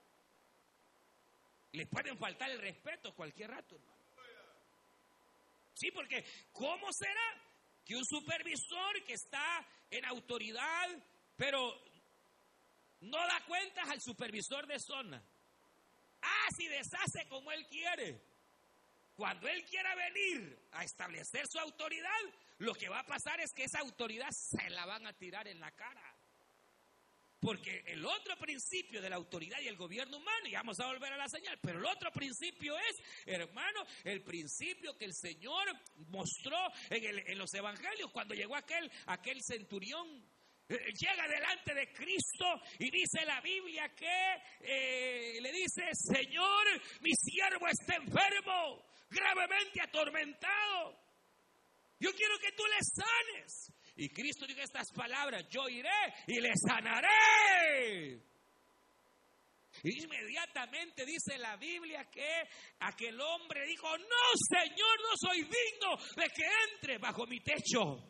Les pueden faltar el respeto cualquier rato, hermano. Sí, porque ¿cómo será que un supervisor que está en autoridad, pero no da cuentas al supervisor de zona, hace y deshace como él quiere? Cuando él quiera venir a establecer su autoridad, lo que va a pasar es que esa autoridad se la van a tirar en la cara. Porque el otro principio de la autoridad y el gobierno humano, y vamos a volver a la señal, pero el otro principio es, hermano, el principio que el Señor mostró en los evangelios cuando llegó aquel centurión. Llega delante de Cristo y dice la Biblia que le dice: Señor, mi siervo está enfermo, gravemente atormentado. Yo quiero que tú le sanes. Y Cristo dijo estas palabras: yo iré y le sanaré. Y inmediatamente dice la Biblia que aquel hombre dijo: no, Señor, no soy digno de que entre bajo mi techo,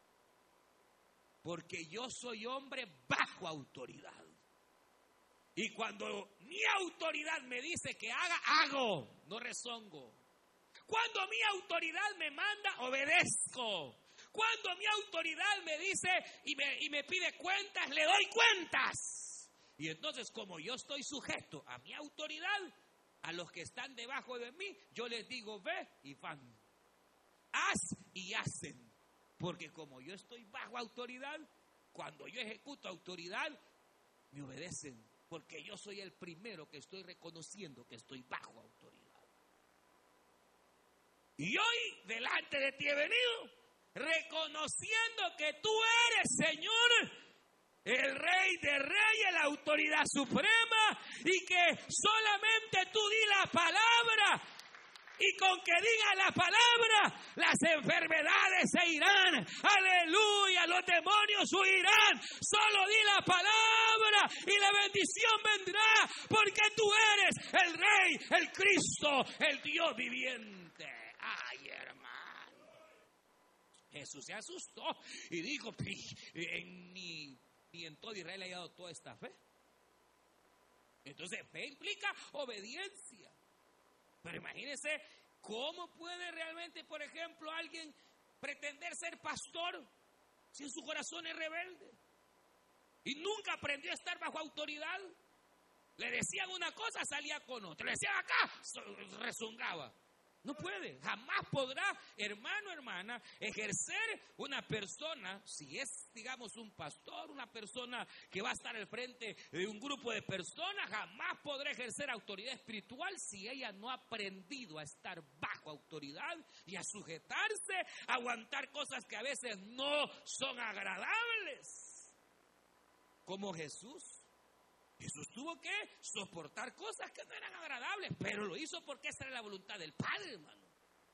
porque yo soy hombre bajo autoridad. Y cuando mi autoridad me dice que haga, hago, no rezongo. Cuando mi autoridad me manda, obedezco. Cuando mi autoridad me dice y me pide cuentas, le doy cuentas. Y entonces, como yo estoy sujeto a mi autoridad, a los que están debajo de mí, yo les digo: ve y van. Haz y hacen. Porque como yo estoy bajo autoridad, cuando yo ejecuto autoridad, me obedecen. Porque yo soy el primero que estoy reconociendo que estoy bajo autoridad. Y hoy, delante de ti he venido, reconociendo que tú eres, Señor, el Rey de Reyes, la autoridad suprema, y que solamente tú di la palabra, y con que diga la palabra, las enfermedades se irán. Aleluya, los demonios huirán. Solo di la palabra y la bendición vendrá, porque tú eres el Rey, el Cristo, el Dios viviente. Ay, hermano. Jesús se asustó y dijo: ni en todo Israel ha dado toda esta fe. Entonces, fe implica obediencia. Pero imagínense cómo puede realmente, por ejemplo, alguien pretender ser pastor si en su corazón es rebelde y nunca aprendió a estar bajo autoridad. Le decían una cosa, salía con otra. Le decían acá, rezongaba. No puede, jamás podrá, hermano, hermana, ejercer una persona, si es, digamos, un pastor, una persona que va a estar al frente de un grupo de personas, jamás podrá ejercer autoridad espiritual si ella no ha aprendido a estar bajo autoridad y a sujetarse, a aguantar cosas que a veces no son agradables. Como Jesús. Jesús tuvo que soportar cosas que no eran agradables, pero lo hizo porque esa era la voluntad del Padre, hermano.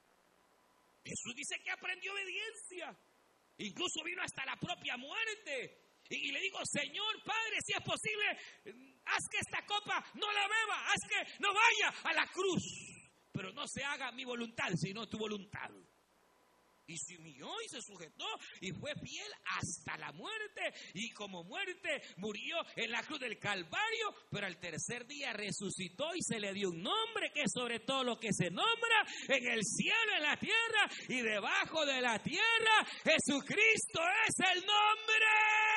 Jesús dice que aprendió obediencia. Incluso vino hasta la propia muerte. Y le dijo: Señor, Padre, si es posible, haz que esta copa no la beba, haz que no vaya a la cruz. Pero no se haga mi voluntad, sino tu voluntad. Y se humilló y se sujetó y fue fiel hasta la muerte. Y como muerte murió en la cruz del Calvario, pero al tercer día resucitó y se le dio un nombre que es sobre todo lo que se nombra en el cielo, en la tierra y debajo de la tierra. Jesucristo es el nombre.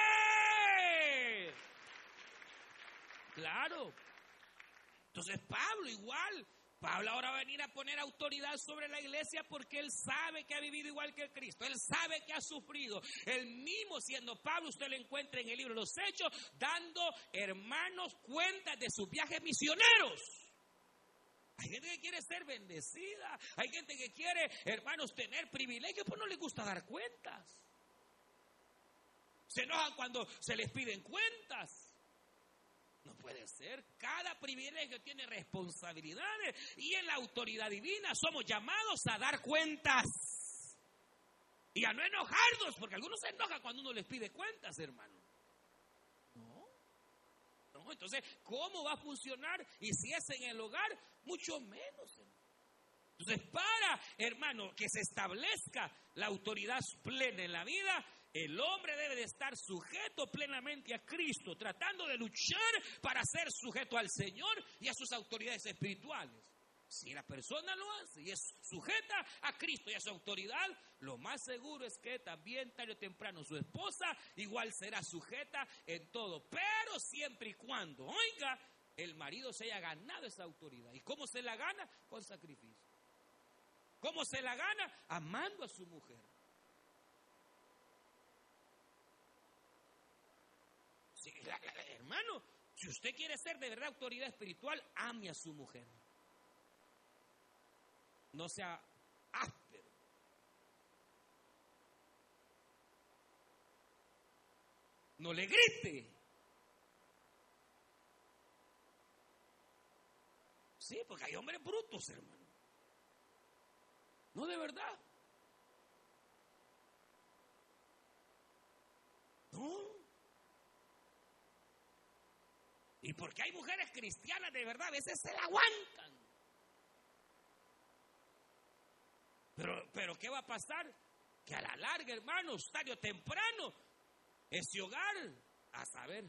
Claro. Entonces Pablo igual. Pablo ahora va a venir a poner autoridad sobre la iglesia porque él sabe que ha vivido igual que Cristo. Él sabe que ha sufrido. Él mismo, siendo Pablo, usted lo encuentra en el libro de los Hechos, dando, hermanos, cuentas de sus viajes misioneros. Hay gente que quiere ser bendecida. Hay gente que quiere, hermanos, tener privilegios, pero no les gusta dar cuentas. Se enojan cuando se les piden cuentas. No puede ser. Cada privilegio tiene responsabilidades y en la autoridad divina somos llamados a dar cuentas y a no enojarnos, porque algunos se enojan cuando uno les pide cuentas, hermano. No, entonces, ¿cómo va a funcionar? Y si es en el hogar, mucho menos, hermano. Entonces, para, hermano, que se establezca la autoridad plena en la vida, el hombre debe de estar sujeto plenamente a Cristo, tratando de luchar para ser sujeto al Señor y a sus autoridades espirituales. Si la persona lo hace y es sujeta a Cristo y a su autoridad, lo más seguro es que también tarde o temprano su esposa igual será sujeta en todo, pero siempre y cuando, oiga, el marido se haya ganado esa autoridad. ¿Y cómo se la gana? Con sacrificio. ¿Cómo se la gana? Amando a su mujer. Sí, Si usted quiere ser de verdad autoridad espiritual, ame a su mujer. No sea áspero. No le grite. Sí, porque hay hombres brutos, hermano. No, de verdad. No. Y porque hay mujeres cristianas de verdad, a veces se la aguantan. Pero ¿qué va a pasar? Que a la larga, hermanos, tarde o temprano, ese hogar, a saber,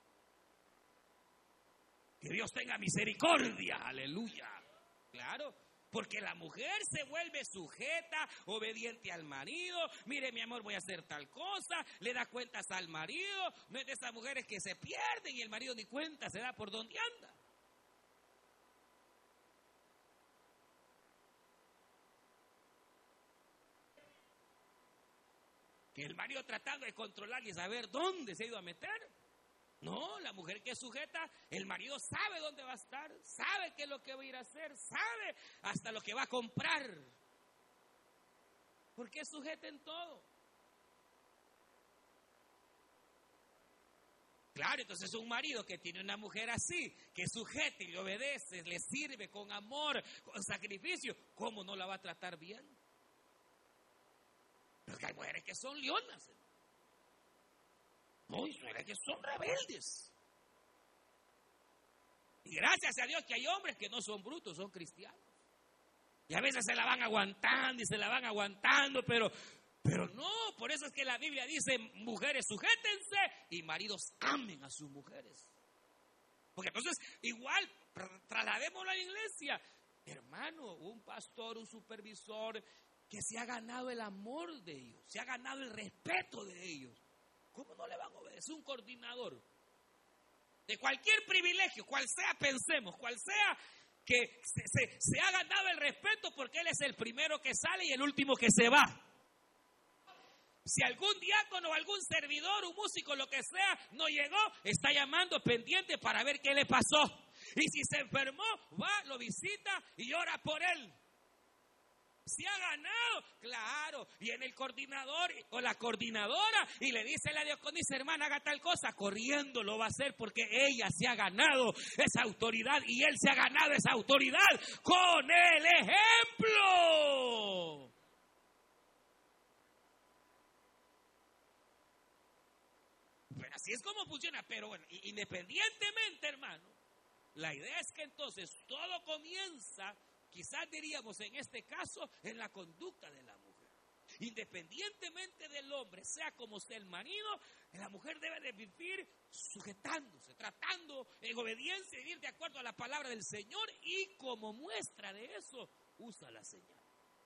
que Dios tenga misericordia, aleluya. Claro, porque la mujer se vuelve sujeta, obediente al marido. Mire, mi amor, voy a hacer tal cosa. Le da cuentas al marido. No es de esas mujeres que se pierden y el marido ni cuenta se da por dónde anda. Que el marido tratando de controlar y saber dónde se ha ido a meter. No, la mujer que es sujeta, el marido sabe dónde va a estar, sabe qué es lo que va a ir a hacer, sabe hasta lo que va a comprar. Porque es sujeta en todo. Claro, entonces un marido que tiene una mujer así, que es sujeta y le obedece, le sirve con amor, con sacrificio, ¿cómo no la va a tratar bien? Porque hay mujeres que son leonas. No, hay mujeres que son rebeldes. Y gracias a Dios que hay hombres que no son brutos, son cristianos. Y a veces se la van aguantando y se la van aguantando, pero no, por eso es que la Biblia dice, mujeres sujétense y maridos amen a sus mujeres. Porque entonces, igual, trasladémoslo a la iglesia. Hermano, un pastor, un supervisor que se ha ganado el amor de ellos, se ha ganado el respeto de ellos. ¿Cómo no le van a obedecer? Un coordinador de cualquier privilegio, cual sea, pensemos, cual sea, que se ha ganado el respeto porque él es el primero que sale y el último que se va. Si algún diácono o algún servidor, un músico, lo que sea, no llegó, está llamando pendiente para ver qué le pasó. Y si se enfermó, va, lo visita y ora por él. Se ha ganado, claro, viene el coordinador o la coordinadora y le dice a la diaconisa, hermana, haga tal cosa, corriendo lo va a hacer porque ella se ha ganado esa autoridad y él se ha ganado esa autoridad con el ejemplo. Pero así es como funciona, pero bueno, independientemente, hermano, la idea es que entonces todo comienza, quizás diríamos en este caso, en la conducta de la mujer. Independientemente del hombre, sea como sea el marido, la mujer debe de vivir sujetándose, tratando en obediencia y vivir de acuerdo a la palabra del Señor, y como muestra de eso, usa la señal.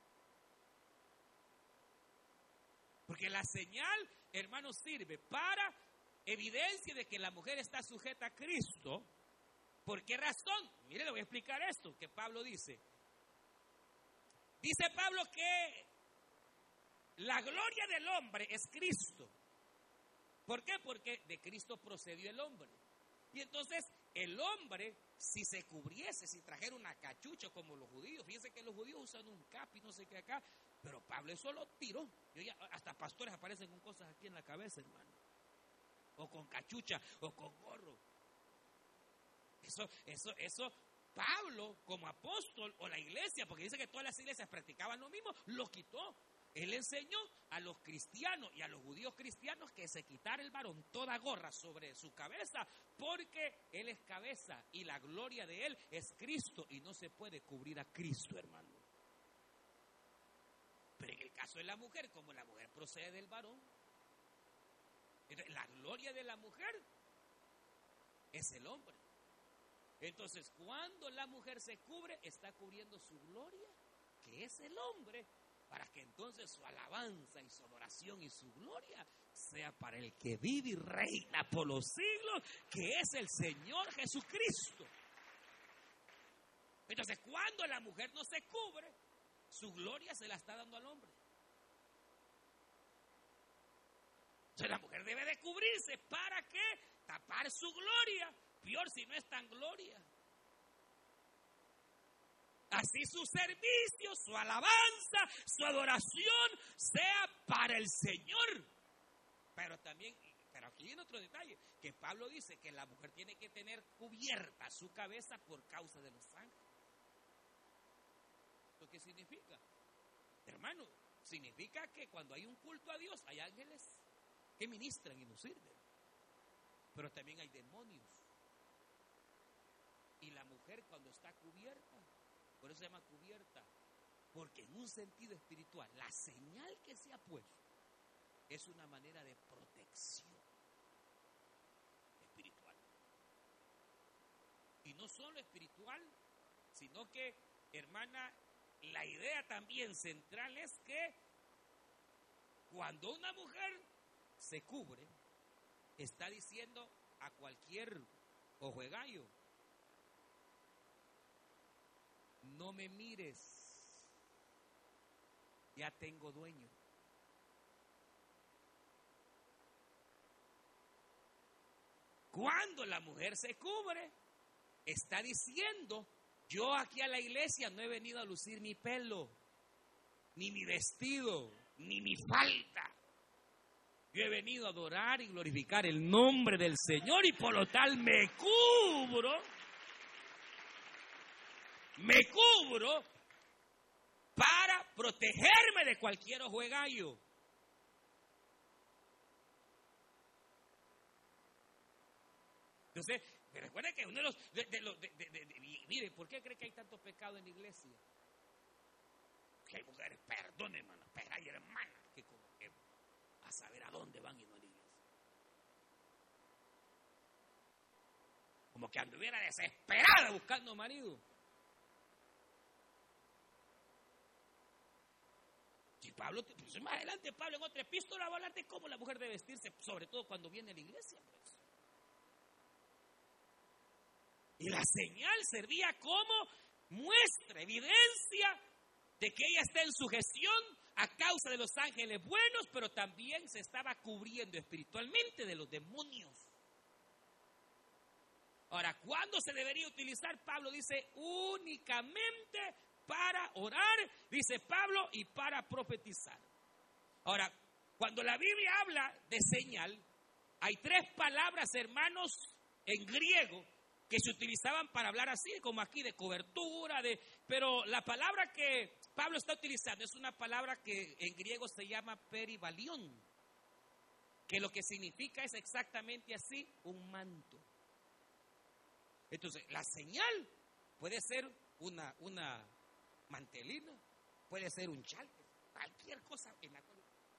Porque la señal, hermanos, sirve para evidencia de que la mujer está sujeta a Cristo. ¿Por qué razón? Mire, le voy a explicar esto que Pablo dice. Dice Pablo que la gloria del hombre es Cristo. ¿Por qué? Porque de Cristo procedió el hombre. Y entonces el hombre, si se cubriese, si trajera una cachucha como los judíos, fíjense que los judíos usan un cap y no sé qué acá, pero Pablo eso lo tiró. Hasta pastores aparecen con cosas aquí en la cabeza, hermano. O con cachucha, o con gorro. Eso, Pablo, como apóstol, o la iglesia, porque dice que todas las iglesias practicaban lo mismo, lo quitó. Él enseñó a los cristianos y a los judíos cristianos que se quitara el varón toda gorra sobre su cabeza, porque él es cabeza y la gloria de él es Cristo, y no se puede cubrir a Cristo, hermano. Pero en el caso de la mujer, como la mujer procede del varón, la gloria de la mujer es el hombre. Entonces, cuando la mujer se cubre, está cubriendo su gloria, que es el hombre, para que entonces su alabanza y su adoración y su gloria sea para el que vive y reina por los siglos, que es el Señor Jesucristo. Entonces, cuando la mujer no se cubre, su gloria se la está dando al hombre. Entonces, la mujer debe de cubrirse. ¿Para qué? Tapar su gloria. peor si no es tan gloria. Así su servicio, su alabanza, su adoración sea para el Señor. Pero aquí viene otro detalle, que Pablo dice que la mujer tiene que tener cubierta su cabeza por causa de los ángeles. ¿Lo que significa? Hermano, significa que cuando hay un culto a Dios, hay ángeles que ministran y nos sirven. Pero también hay demonios. Y la mujer cuando está cubierta, por eso se llama cubierta, porque en un sentido espiritual, la señal que se ha puesto es una manera de protección espiritual. Y no solo espiritual, sino que, hermana, la idea también central es que cuando una mujer se cubre, está diciendo a cualquier ojo de gallo: no me mires, ya tengo dueño. Cuando la mujer se cubre, está diciendo: yo aquí a la iglesia no he venido a lucir mi pelo, ni mi vestido, ni mi falda. Yo he venido a adorar y glorificar el nombre del Señor, y por lo tal me cubro para protegerme de cualquier ojo de gallo. Entonces, recuerden que uno de los... mire, ¿por qué cree que hay tanto pecado en la iglesia? Que hay mujeres, perdón, hermano, pero hay hermanas que como que a saber a dónde van y no a la iglesia. Como que anduviera desesperada buscando marido. Si Pablo, pues más adelante Pablo en otra epístola va a hablar de cómo la mujer debe vestirse, sobre todo cuando viene a la iglesia, pues. Y la señal servía como muestra, evidencia de que ella está en sujeción a causa de los ángeles buenos, pero también se estaba cubriendo espiritualmente de los demonios. Ahora, ¿cuándo se debería utilizar? Pablo dice únicamente para orar, dice Pablo, y para profetizar. Ahora, cuando la Biblia habla de señal, hay 3 palabras, hermanos, en griego, que se utilizaban para hablar así, como aquí, de cobertura, pero la palabra que Pablo está utilizando es una palabra que en griego se llama peribalión, que lo que significa es exactamente así, un manto. Entonces, la señal puede ser una mantelina, puede ser un chal, cualquier cosa en la cual...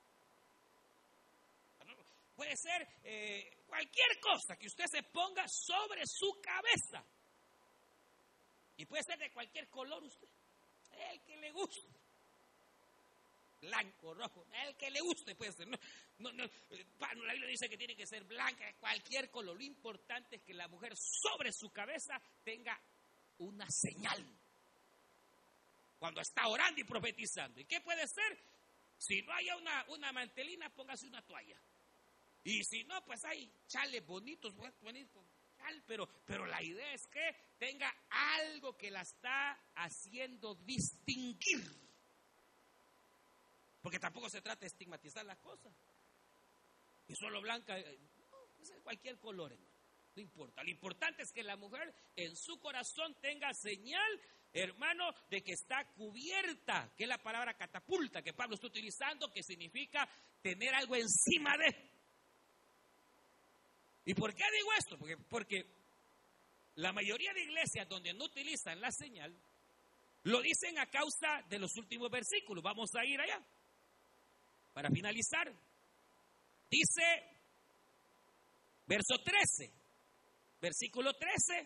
Puede ser cualquier cosa que usted se ponga sobre su cabeza. Y puede ser de cualquier color usted. El que le guste. Blanco, rojo, el que le guste puede ser. La Biblia dice que tiene que ser blanca, cualquier color. Lo importante es que la mujer sobre su cabeza tenga una señal. Cuando está orando y profetizando. ¿Y qué puede ser? Si no haya una mantelina, póngase una toalla. Y si no, pues hay chales bonitos, pero la idea es que tenga algo que la está haciendo distinguir. Porque tampoco se trata de estigmatizar las cosas. Y solo blanca, no, cualquier color, hermano, no importa. Lo importante es que la mujer en su corazón tenga señal, hermano, de que está cubierta, que es la palabra catapulta que Pablo está utilizando, que significa tener algo encima de. ¿Y por qué digo esto? Porque la mayoría de iglesias donde no utilizan la señal, lo dicen a causa de los últimos versículos. Vamos a ir allá para finalizar. Dice, verso 13, versículo 13,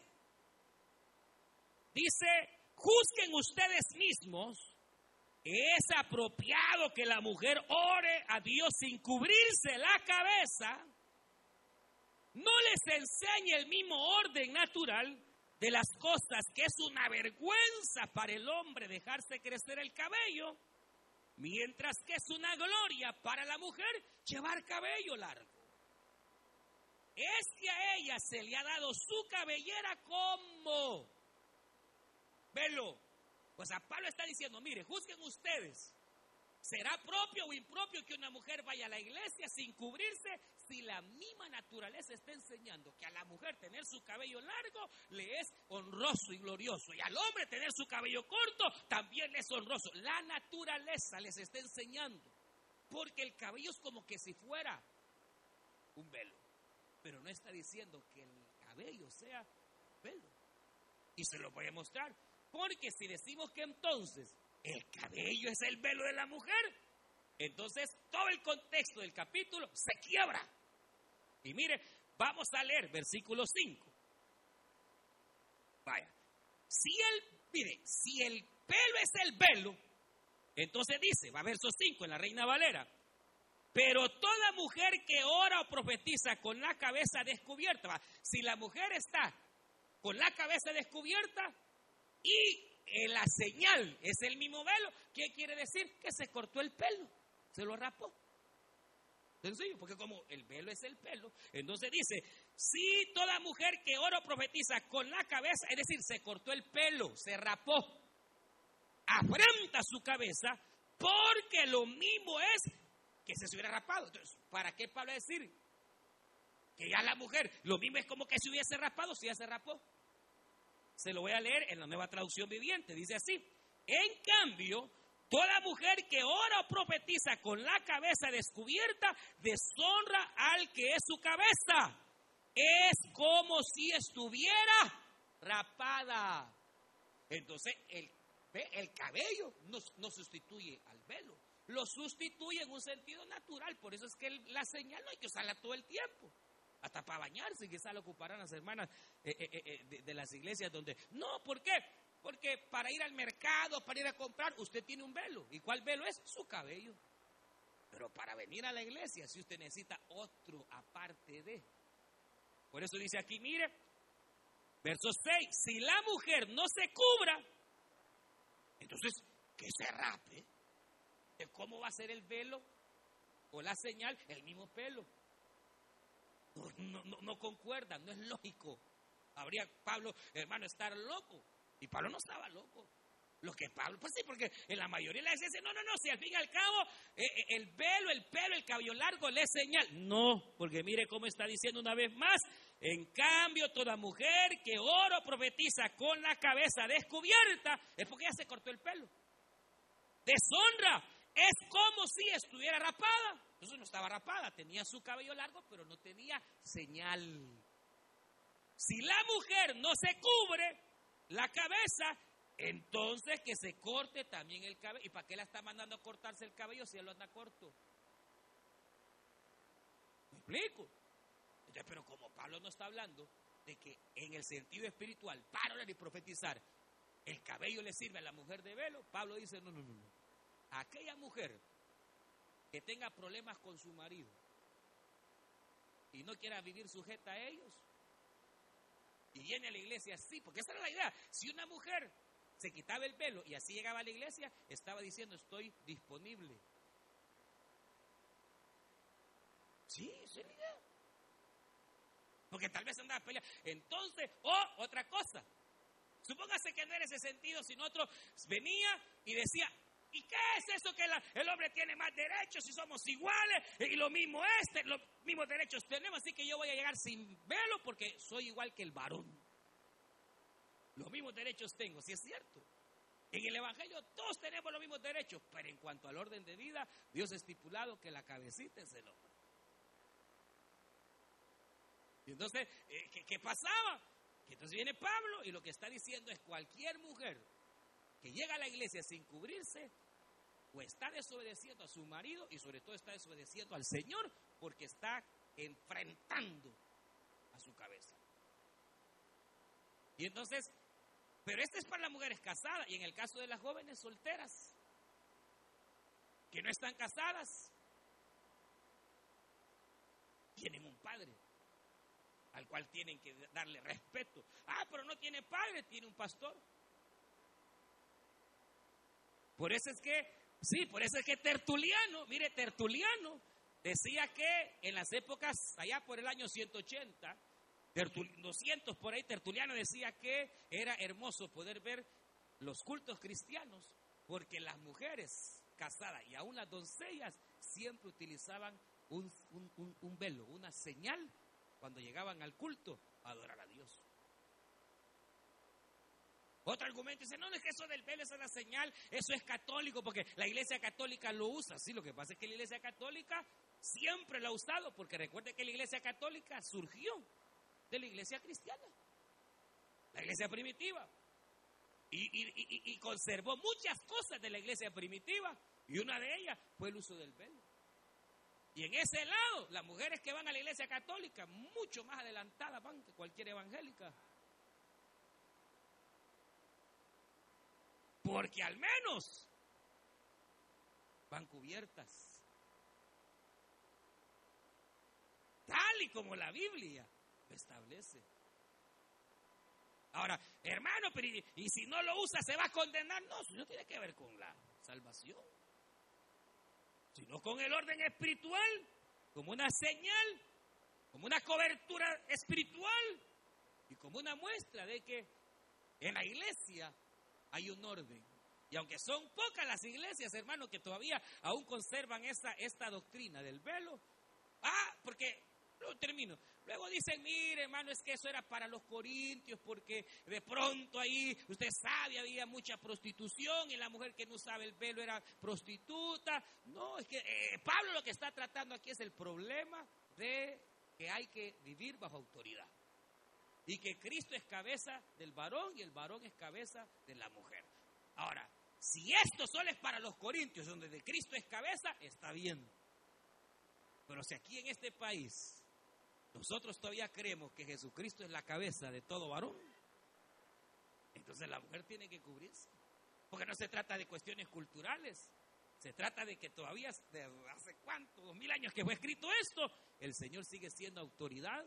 dice: juzguen ustedes mismos, ¿es apropiado que la mujer ore a Dios sin cubrirse la cabeza? No les enseñe el mismo orden natural de las cosas, que es una vergüenza para el hombre dejarse crecer el cabello, mientras que es una gloria para la mujer llevar cabello largo. es que a ella se le ha dado su cabellera como velo. Pues a Pablo está diciendo, mire, juzguen ustedes. ¿Será propio o impropio que una mujer vaya a la iglesia sin cubrirse si la misma naturaleza está enseñando que a la mujer tener su cabello largo le es honroso y glorioso, y al hombre tener su cabello corto también le es honroso? La naturaleza les está enseñando, porque el cabello es como que si fuera un velo, pero no está diciendo que el cabello sea velo. Y se lo voy a mostrar, porque si decimos que entonces el cabello es el velo de la mujer, entonces todo el contexto del capítulo se quiebra. Y mire, vamos a leer versículo 5. Vaya, si el pelo es el velo, entonces dice, va verso 5 en la Reina Valera: pero toda mujer que ora o profetiza con la cabeza descubierta, si la mujer está con la cabeza descubierta y la señal es el mismo velo, ¿qué quiere decir? Que se cortó el pelo, se lo rapó. Sencillo, porque como el velo es el pelo, entonces dice, si toda mujer que ora o profetiza con la cabeza, es decir, se cortó el pelo, se rapó, afrenta su cabeza, porque lo mismo es que se hubiera rapado. Entonces, ¿para qué Pablo decir que ya la mujer, lo mismo es como que se hubiese rapado si ya se rapó? Se lo voy a leer en la Nueva Traducción Viviente. Dice así: en cambio, toda mujer que ora o profetiza con la cabeza descubierta deshonra al que es su cabeza. Es como si estuviera rapada. Entonces, el cabello no sustituye al velo. Lo sustituye en un sentido natural. Por eso es que la señal no hay que usarla todo el tiempo. Hasta para bañarse, quizás lo ocuparán las hermanas de las iglesias donde... No, ¿por qué? Porque para ir al mercado, para ir a comprar, usted tiene un velo. ¿Y cuál velo es? Su cabello. Pero para venir a la iglesia, si usted necesita otro aparte de... Por eso dice aquí, mire, verso 6, si la mujer no se cubra, entonces que se rape. ¿Cómo va a ser el velo o la señal? El mismo pelo. No concuerda, no es lógico. Habría Pablo, hermano, estar loco. Y Pablo no estaba loco. Lo que Pablo, pues sí, porque en la mayoría de las veces, no, si al fin y al cabo el velo, el pelo, el cabello largo le es señal. No, porque mire cómo está diciendo una vez más: en cambio, toda mujer que ora o profetiza con la cabeza descubierta, es porque ya se cortó el pelo. Deshonra, es como si estuviera rapada. Entonces no estaba rapada, tenía su cabello largo, pero no tenía señal. Si la mujer no se cubre la cabeza, entonces que se corte también el cabello. ¿Y para qué la está mandando a cortarse el cabello si él lo anda corto? ¿Me explico? Entonces, pero como Pablo no está hablando de que en el sentido espiritual, para orar y profetizar, el cabello le sirve a la mujer de velo, Pablo dice, no. Aquella mujer que tenga problemas con su marido y no quiera vivir sujeta a ellos y viene a la iglesia así, porque esa era la idea. Si una mujer se quitaba el velo y así llegaba a la iglesia, estaba diciendo, estoy disponible. Sí, esa es la idea. Porque tal vez andaba peleando. Entonces, otra cosa, supóngase que no era ese sentido, sino otro venía y decía, ¿y qué es eso que el hombre tiene más derechos si somos iguales? Y lo mismo los mismos derechos tenemos, así que yo voy a llegar sin velo porque soy igual que el varón. Los mismos derechos tengo, sí es cierto. En el Evangelio todos tenemos los mismos derechos, pero en cuanto al orden de vida, Dios ha estipulado que la cabecita es el hombre. Y entonces, ¿qué pasaba? Que entonces viene Pablo y lo que está diciendo es cualquier mujer que llega a la iglesia sin cubrirse, o está desobedeciendo a su marido y sobre todo está desobedeciendo al Señor porque está enfrentando a su cabeza. Y entonces, pero este es para las mujeres casadas, y en el caso de las jóvenes solteras que no están casadas, tienen un padre al cual tienen que darle respeto. Pero no tiene padre, tiene un pastor. Por eso es que Tertuliano, mire, Tertuliano decía que en las épocas, allá por el año 180, 200 por ahí, Tertuliano decía que era hermoso poder ver los cultos cristianos, porque las mujeres casadas y aún las doncellas siempre utilizaban un velo, una señal, cuando llegaban al culto a adorar a Dios. Otro argumento dice, no, es que eso del velo, esa es la señal, eso es católico, porque la iglesia católica lo usa. Sí, lo que pasa es que la iglesia católica siempre lo ha usado, porque recuerde que la iglesia católica surgió de la iglesia cristiana, la iglesia primitiva, y conservó muchas cosas de la iglesia primitiva, y una de ellas fue el uso del velo. Y en ese lado, las mujeres que van a la iglesia católica, mucho más adelantadas van que cualquier evangélica. Porque al menos van cubiertas, tal y como la Biblia lo establece. Ahora, hermano, pero y si no lo usa, ¿se va a condenar? No, eso no tiene que ver con la salvación, sino con el orden espiritual, como una señal, como una cobertura espiritual y como una muestra de que en la iglesia hay un orden. Y aunque son pocas las iglesias, hermano, que todavía aún conservan esta doctrina del velo. Porque, no termino. Luego dicen, mire, hermano, es que eso era para los corintios, porque de pronto ahí, usted sabe, había mucha prostitución y la mujer que no usaba el velo era prostituta. No, es que Pablo lo que está tratando aquí es el problema de que hay que vivir bajo autoridad. Y que Cristo es cabeza del varón y el varón es cabeza de la mujer. Ahora, si esto solo es para los corintios, donde de Cristo es cabeza, está bien. Pero si aquí en este país nosotros todavía creemos que Jesucristo es la cabeza de todo varón, entonces la mujer tiene que cubrirse. Porque no se trata de cuestiones culturales, se trata de que todavía, desde hace cuánto, 2000 años que fue escrito esto, el Señor sigue siendo autoridad,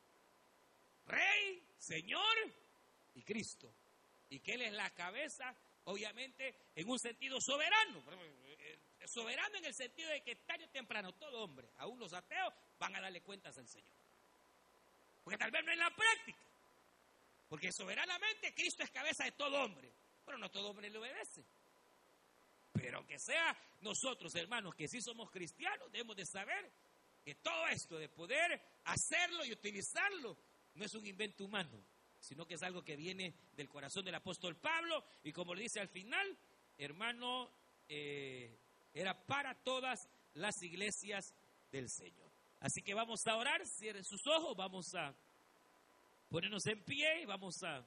Rey, Señor y Cristo. Y que Él es la cabeza, obviamente, en un sentido soberano. Soberano en el sentido de que tarde o temprano todo hombre, aún los ateos, van a darle cuentas al Señor. Porque tal vez no en la práctica. Porque soberanamente Cristo es cabeza de todo hombre. Pero no todo hombre le obedece. Pero aunque sea nosotros, hermanos, que sí somos cristianos, debemos de saber que todo esto de poder hacerlo y utilizarlo no es un invento humano, sino que es algo que viene del corazón del apóstol Pablo, y como le dice al final, hermano, era para todas las iglesias del Señor. Así que vamos a orar, cierren sus ojos, vamos a ponernos en pie y vamos a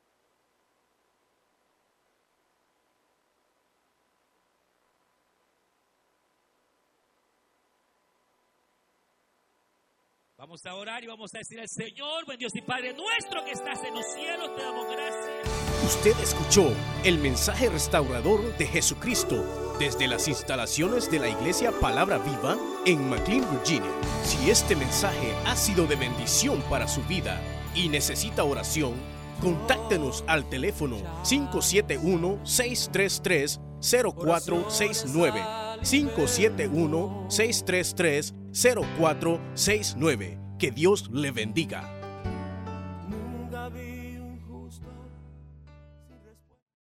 orar y vamos a decir al Señor, buen Dios y Padre nuestro que estás en los cielos, te damos gracias. Usted escuchó el mensaje restaurador de Jesucristo desde las instalaciones de la Iglesia Palabra Viva en McLean, Virginia. Si este mensaje ha sido de bendición para su vida y necesita oración, contáctenos al teléfono 571-633-0469. 571-633-0469. Que Dios le bendiga.